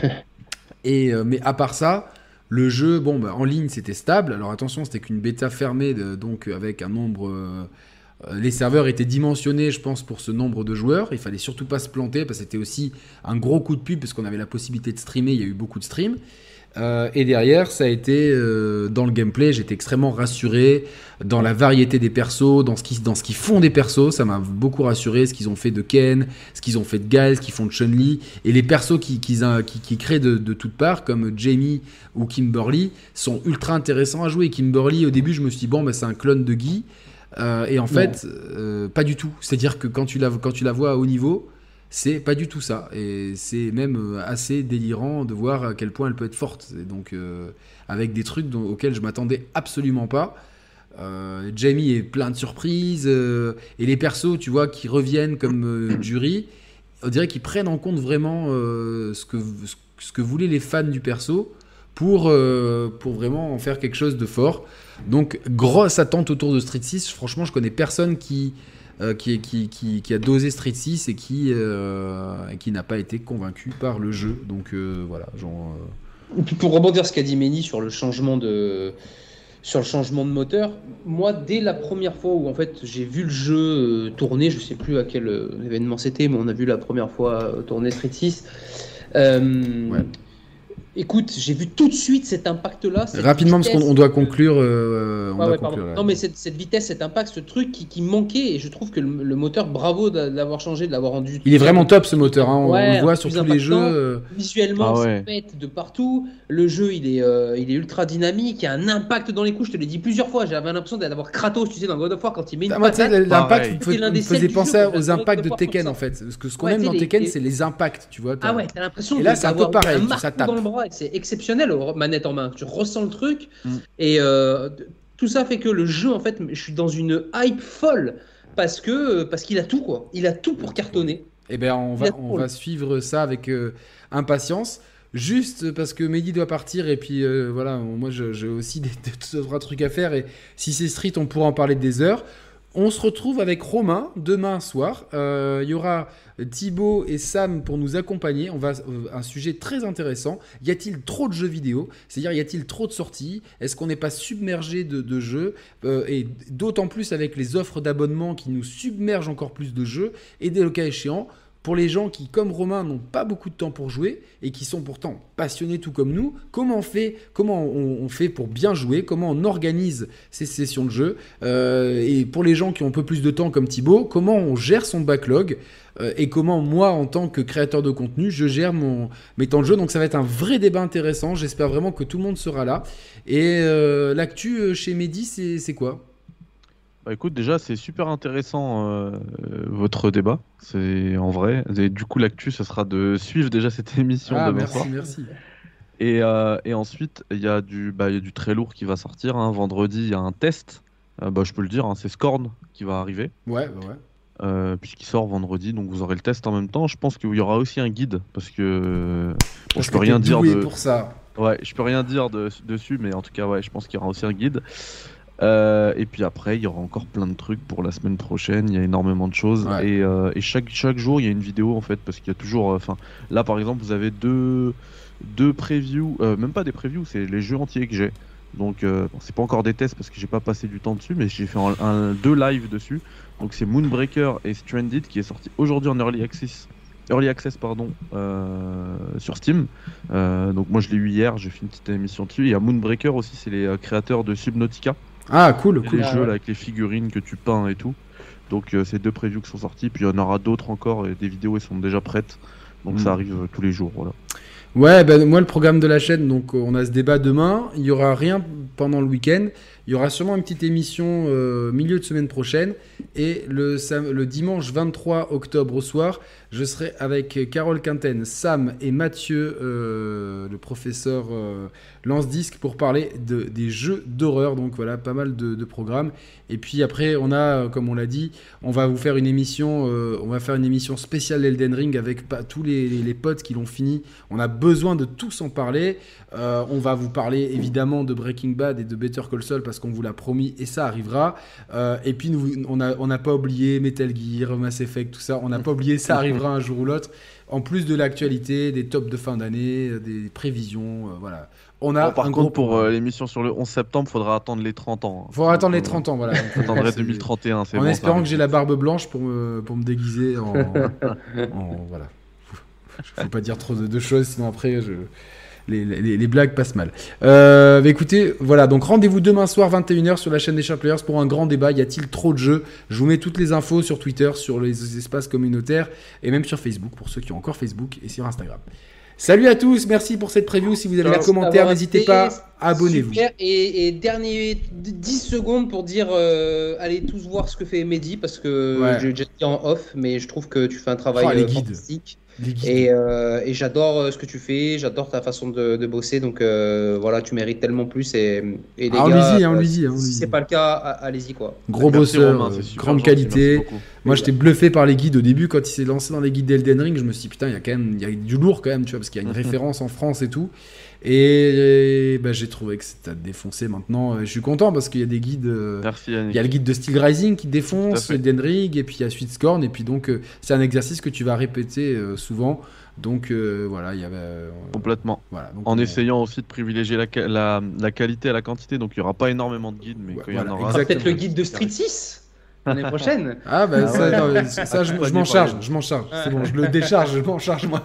et, euh, mais à part ça, le jeu, bon, bah, en ligne, c'était stable. Alors attention, c'était qu'une bêta fermée, de, donc avec un nombre... Euh, les serveurs étaient dimensionnés, je pense, pour ce nombre de joueurs. Il fallait surtout pas se planter, parce que c'était aussi un gros coup de pub, parce qu'on avait la possibilité de streamer. Il y a eu beaucoup de streams. Euh, et derrière, ça a été euh, dans le gameplay, j'étais extrêmement rassuré dans la variété des persos, dans ce qui, dans ce qu'ils font des persos. Ça m'a beaucoup rassuré, ce qu'ils ont fait de Ken, ce qu'ils ont fait de Guile, ce qu'ils font de Chun-Li, et les persos qui, qui, qui, qui créent de, de toutes parts, comme Jamie ou Kimberly, sont ultra intéressants à jouer. Kimberly, au début, je me suis dit bon, bah, c'est un clone de Guy, euh, et en fait, euh, pas du tout. C'est-à-dire que quand tu la, quand tu la vois à haut niveau, c'est pas du tout ça, et c'est même assez délirant de voir à quel point elle peut être forte. Et donc euh, avec des trucs dont, auxquels je m'attendais absolument pas. Euh, Jamie est plein de surprises, euh, et les persos, tu vois, qui reviennent comme euh, Jury, on dirait qu'ils prennent en compte vraiment euh, ce que ce que voulaient les fans du perso pour euh, pour vraiment en faire quelque chose de fort. Donc grosse attente autour de Street six. Franchement, je connais personne qui Euh, qui, qui, qui, qui a dosé Street six et qui, euh, qui n'a pas été convaincu par le jeu. Donc euh, voilà. Genre, euh... Et puis pour rebondir ce qu'a dit Mehdi sur le changement de, sur le changement de moteur, moi dès la première fois où en fait j'ai vu le jeu euh, tourner, je sais plus à quel euh, événement c'était, mais on a vu la première fois euh, tourner Street six. Euh, ouais. Écoute, j'ai vu tout de suite cet impact-là. Rapidement, vitesse, parce qu'on doit conclure. Euh, on ouais, doit ouais, conclure non, mais cette, cette vitesse, cet impact, ce truc qui, qui manquait, et je trouve que le, le moteur, bravo de l'avoir changé, de l'avoir rendu. Il est vraiment top ce moteur, hein. Ouais, on le voit sur tous les jeux. Euh... Visuellement, ah ouais. Ça pète de partout. Le jeu, il est, euh, il est ultra dynamique. Il y a un impact dans les coups. Je te l'ai dit plusieurs fois. J'avais l'impression d'avoir Kratos, tu sais, dans God of War quand il met une. Ah, patate. Moi, l'impact me ouais. faisait penser aux impacts de Tekken en fait. Parce que ce qu'on aime dans Tekken, c'est les impacts, tu vois. Ah ouais, t'as l'impression. Et là, c'est un peu pareil. Ça tape dans le bras. C'est exceptionnel. Manette en main, tu ressens le truc mm. et euh, tout ça fait que le jeu en fait, je suis dans une hype folle parce que parce qu'il a tout quoi, il a tout pour cartonner. Et eh ben on va on va suivre ça avec euh, impatience. Juste parce que Mehdi doit partir et puis euh, voilà, moi j'ai aussi des, des, des, des trucs à faire et si c'est Street, on pourra en parler des heures. On se retrouve avec Romain demain soir. Il euh, y aura Thibaut et Sam pour nous accompagner. On va euh, un sujet très intéressant. Y a-t-il trop de jeux vidéo ? C'est-à-dire, y a-t-il trop de sorties ? Est-ce qu'on n'est pas submergé de, de jeux ? euh, Et d'autant plus avec les offres d'abonnement qui nous submergent encore plus de jeux. Et dès le cas échéant, pour les gens qui, comme Romain, n'ont pas beaucoup de temps pour jouer et qui sont pourtant passionnés tout comme nous, comment on fait, comment on, on fait pour bien jouer, comment on organise ces sessions de jeu euh, et pour les gens qui ont un peu plus de temps comme Thibaut, comment on gère son backlog euh, et comment moi, en tant que créateur de contenu, je gère mon, mes temps de jeu. Donc ça va être un vrai débat intéressant. J'espère vraiment que tout le monde sera là. Et euh, l'actu chez Mehdi, c'est, c'est quoi ? Bah écoute, déjà c'est super intéressant euh, votre débat, c'est en vrai. Et du coup l'actu, ce sera de suivre déjà cette émission ah, demain merci, soir. Merci. Et, euh, et ensuite il y a du, bah, y a du très lourd qui va sortir. Hein. Vendredi il y a un test, euh, bah, je peux le dire, hein, c'est Scorn qui va arriver. Ouais, bah ouais. Euh, puisqu'il sort vendredi, donc vous aurez le test en même temps. Je pense qu'il y aura aussi un guide parce que bon, parce je peux que rien dire de. Pour ça. Ouais, je peux rien dire de... dessus, mais en tout cas ouais, je pense qu'il y aura aussi un guide. Euh, et puis après, il y aura encore plein de trucs pour la semaine prochaine. Il y a énormément de choses. Ouais. Et, euh, et chaque, chaque jour, il y a une vidéo en fait. Parce qu'il y a toujours. Enfin, euh, là par exemple, vous avez deux, deux previews. Euh, même pas des previews, c'est les jeux entiers que j'ai. Donc euh, bon, c'est pas encore des tests parce que j'ai pas passé du temps dessus, mais j'ai fait un, un, deux lives dessus. Donc c'est Moonbreaker et Stranded qui est sorti aujourd'hui en Early Access, Early Access pardon, euh, sur Steam. Euh, donc moi je l'ai eu hier, j'ai fait une petite émission dessus. Il y a Moonbreaker aussi, c'est les euh, créateurs de Subnautica. Ah cool, cool. Les Ah, jeux ouais. là, avec les figurines que tu peins et tout. Donc euh, c'est deux previews qui sont sortis, puis il y en aura d'autres encore, et des vidéos elles sont déjà prêtes. Donc mmh. ça arrive euh, tous les jours, voilà. Ouais, ben moi le programme de la chaîne, donc on a ce débat demain. Il y aura rien pendant le week-end. Il y aura sûrement une petite émission euh, milieu de semaine prochaine. Et le, le dimanche vingt-trois octobre au soir, je serai avec Carole Quinten, Sam et Mathieu, euh, le professeur euh, Lance-Disque, pour parler de, des jeux d'horreur. Donc voilà, pas mal de, de programmes. Et puis après, on a, comme on l'a dit, on va vous faire une émission, euh, on va faire une émission spéciale Elden Ring avec pas, tous les, les, les potes qui l'ont fini. On a besoin de tous en parler. Euh, on va vous parler évidemment de Breaking Bad et de Better Call Saul parce qu'on vous l'a promis et ça arrivera. Euh, et puis nous, on n'a on a pas oublié Metal Gear, Mass Effect, tout ça. On n'a pas oublié, ça arrivera un jour ou l'autre. En plus de l'actualité, des tops de fin d'année, des prévisions, euh, voilà. On a bon, par un contre, gros pour euh, l'émission sur le onze septembre, il faudra attendre les trente ans. Il faudra attendre les trente ans, voilà. J'attendrai deux mille trente et un, c'est En bon, espérant que j'ai la barbe blanche pour me, pour me déguiser en... en voilà. Faut pas dire trop de, de choses, sinon après, je... les, les, les blagues passent mal. Euh, bah écoutez, voilà, donc rendez-vous demain soir, vingt et une heures, sur la chaîne des Sharp Players pour un grand débat. Y a-t-il trop de jeux? Je vous mets toutes les infos sur Twitter, sur les espaces communautaires, et même sur Facebook, pour ceux qui ont encore Facebook, et sur Instagram. Salut à tous, merci pour cette preview. Si vous avez Merci des commentaires, n'hésitez pas, abonnez-vous. Super. Et, et dernier dix secondes pour dire euh, allez tous voir ce que fait Mehdi, parce que ouais. j'ai déjà dit en off, mais je trouve que tu fais un travail oh, les euh, guides. fantastique. Les guides. Et, euh, et j'adore ce que tu fais, j'adore ta façon de, de bosser, donc euh, voilà, tu mérites tellement plus. Et, et les ah, gars, on lui dit, hein, si c'est pas le cas, allez-y quoi. Gros bosseur, Romain, euh, grande gentil, qualité. Moi, j'étais bluffé par les guides au début quand il s'est lancé dans les guides d'Elden Ring. Je me suis dit putain, il y a quand même, il y a du lourd quand même, tu vois, parce qu'il y a une référence en France et tout. Et, et bah, j'ai trouvé que c'était défoncé maintenant. Je suis content parce qu'il y a des guides. Euh, Merci Yannick. Il y a le guide de Steel Rising qui défonce, Elden Ring, et puis il y a Sweetscorn. Et puis donc, euh, c'est un exercice que tu vas répéter euh, souvent. Donc euh, voilà, il y avait. Euh, Complètement. Voilà, donc, en on... essayant aussi de privilégier la, la, la qualité à la quantité. Donc il n'y aura pas énormément de guides, mais ouais, quand voilà, il y en aura. Peut-être le guide de Street six l'année prochaine. Ah bah ah ça, ouais. non, ça je, je m'en charge, je m'en charge. C'est bon, je le décharge, je m'en charge moi.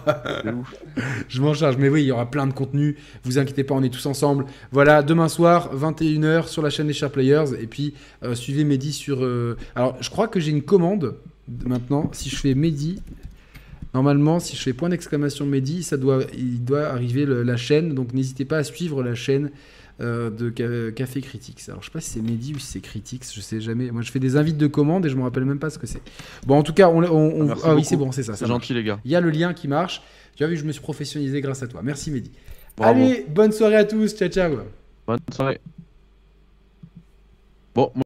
Je m'en charge, mais oui, il y aura plein de contenu. Vous inquiétez pas, on est tous ensemble. Voilà, demain soir, vingt et une heures sur la chaîne des Sharp Players. Et puis euh, suivez Mehdi sur. Euh... Alors, je crois que j'ai une commande maintenant. Si je fais Mehdi, normalement, si je fais point d'exclamation Mehdi, ça doit, il doit arriver le, la chaîne. Donc n'hésitez pas à suivre la chaîne. Euh, de ca- Café Critics. Alors je sais pas si c'est Mehdi ou si c'est Critics, je sais jamais. Moi je fais des invites de commande et je me rappelle même pas ce que c'est. Bon en tout cas, on, on, on... ah oui c'est bon, c'est ça. C'est gentil les gars. Il y a le lien qui marche. Tu as vu, je me suis professionnalisé grâce à toi. Merci Mehdi. Bravo. Allez, bonne soirée à tous. Ciao ciao. Bonne soirée. Bon.